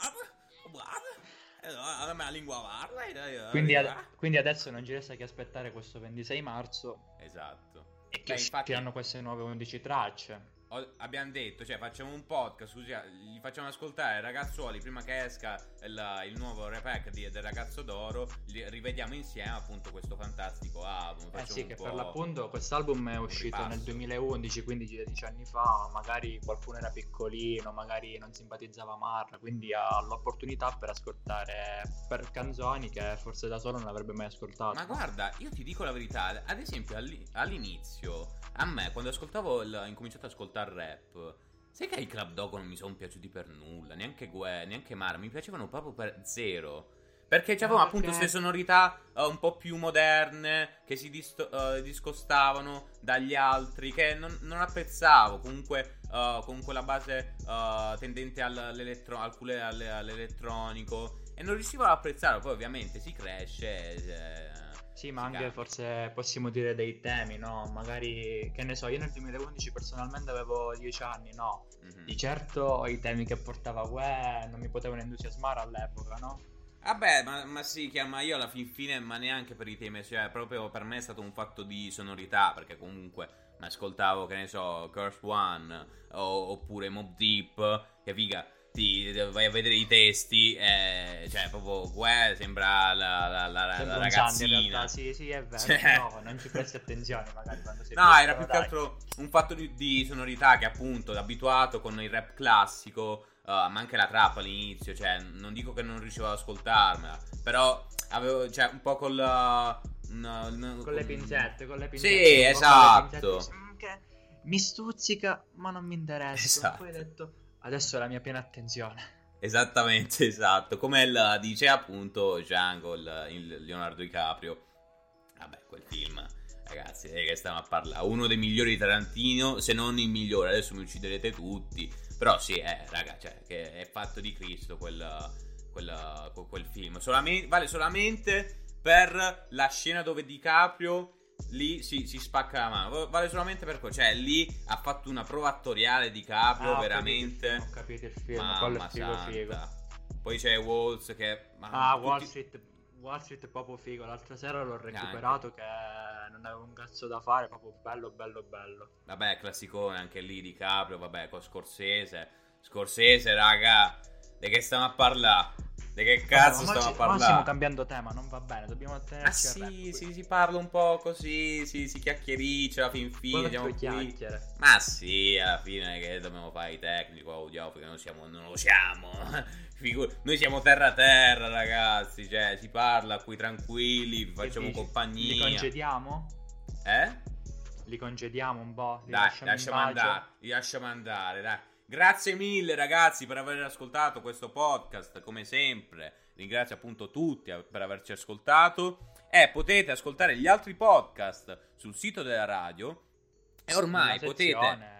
eh, no, la lingua parla. eh, Quindi, eh, ad- quindi adesso non ci resta che aspettare questo ventisei marzo Esatto. e che Beh, infatti, usciranno queste nuove undici tracce. ho- abbiamo detto, cioè facciamo un podcast, scusi, gli facciamo ascoltare ai ragazzuoli prima che esca il, il nuovo repack di, del Ragazzo d'Oro, li rivediamo insieme appunto questo fantastico album. Eh facciamo sì, un che po' per l'appunto quest'album è uscito ripasso. nel duemilaundici, quindi dieci anni fa, magari qualcuno era piccolino, magari non simpatizzava Marra, quindi ha l'opportunità per ascoltare per canzoni che forse da solo non avrebbe mai ascoltato. Ma guarda, io ti dico la verità, ad esempio all'i- all'inizio, a me quando ascoltavo, il, ho incominciato ad ascoltare rap, sai che i Club Dogo non mi sono piaciuti per nulla, neanche Gue, neanche Mara, mi piacevano proprio per zero. Perché c'avevano Ah, appunto perché- queste sonorità eh, un po' più moderne, che si disto- eh, discostavano dagli altri, che non, non apprezzavo. Comunque, eh, con quella base eh, tendente all'elettro- al cule- alle- all'elettronico, e non riuscivo ad apprezzarlo. Poi ovviamente si cresce. eh, Sì, ma si anche cambia. forse possiamo dire dei temi, no? Magari, che ne so, io nel duemilaundici personalmente avevo dieci anni, no? Mhm. Di certo i temi che portava Gue non mi potevano entusiasmare all'epoca, no? Vabbè, ma, ma sì, che- ma io alla fin fine, ma neanche per i temi, cioè proprio per me è stato un fatto di sonorità, perché comunque mi ascoltavo, che ne so, Curse One, o- oppure Mob Deep, che figa, ti vai a vedere i testi, eh, cioè proprio Gue sembra la, la, la, la Sembra un ragazzina. Sandy in realtà, sì, sì, è vero, Cioè- no, non ci presti attenzione magari quando sei No, piccolo, era più che dai. altro un fatto di, di sonorità che appunto abituato con il rap classico, uh, ma anche la trap all'inizio, cioè non dico che non riuscivo ad ascoltarmela, però avevo, cioè un po' col... uh, un- un- Con le un- pinzette, con le Sì, pinzette. un po' con le esatto. pinzette, mm, che mi stuzzica, ma non mi interessa. Esatto. Poi ho detto, adesso è la mia piena attenzione. Esattamente, esatto, come il, dice appunto Django, il, il Leonardo DiCaprio. Vabbè, quel film, ragazzi, eh, che stiamo a parlare, uno dei migliori di Tarantino, se non il migliore, adesso mi ucciderete tutti, però sì, eh, raga, cioè, che è fatto di Cristo quel, quel, quel film, solamente, vale solamente per la scena dove DiCaprio lì si, si spacca la mano, vale solamente per quello, cioè lì ha fatto una prova attoriale DiCaprio, Ah, ho veramente... capito il film, ho capito il film, quello Mamma è figo santa. figo. Poi c'è Walls che... ma Ah, tutti- Wall Street, Wall Street è proprio figo. L'altra sera l'ho recuperato che non avevo un cazzo da fare, proprio bello, bello, bello. Vabbè, classicone anche lì di Caprio, vabbè, con Scorsese. Scorsese, raga, di che stiamo a parlare? Di che cazzo Vabbè, ma stiamo a ci- ma stiamo parlare? cambiando tema, non va bene, dobbiamo Ah tenerci al rap, sì, quindi. sì, si parla un po' così, si, si chiacchiericcia fin fine, Quello siamo tue qui. chiacchiere. Ma sì, alla fine che dobbiamo fare i tecnici, audiofono, non siamo, non lo siamo. Figu- Noi siamo terra a terra, ragazzi, cioè si parla qui tranquilli, vi Che facciamo dici? compagnia. Li congediamo? Eh? Li congediamo un po'? Li Dai, lasciamo in lasciamo pace? andare, li lasciamo andare, dai. Grazie mille ragazzi per aver ascoltato questo podcast, come sempre. Ringrazio appunto tutti per averci ascoltato e potete ascoltare gli altri podcast sul sito della radio e ormai Nella potete... sezione-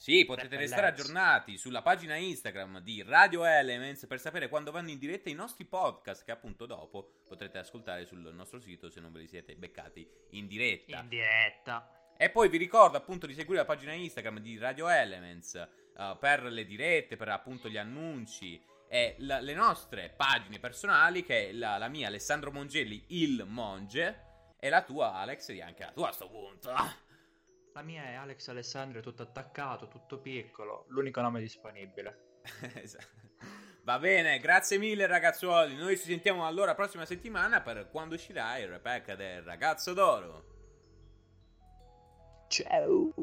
Sì, potete Per restare Let's. aggiornati sulla pagina Instagram di Radio Elements per sapere quando vanno in diretta i nostri podcast, che appunto dopo potrete ascoltare sul nostro sito se non ve li siete beccati in diretta. In diretta. E poi vi ricordo appunto di seguire la pagina Instagram di Radio Elements uh, per le dirette, per appunto gli annunci e la- le nostre pagine personali, che è la, la mia Alessandro Mongelli, il Monge, e la tua Alex, e anche la tua a sto punto. La mia è Alex Alessandro, è tutto attaccato, tutto piccolo, l'unico nome disponibile. Va bene, grazie mille ragazzuoli. Noi ci sentiamo allora la prossima settimana per quando uscirà il repack del Ragazzo d'Oro. Ciao.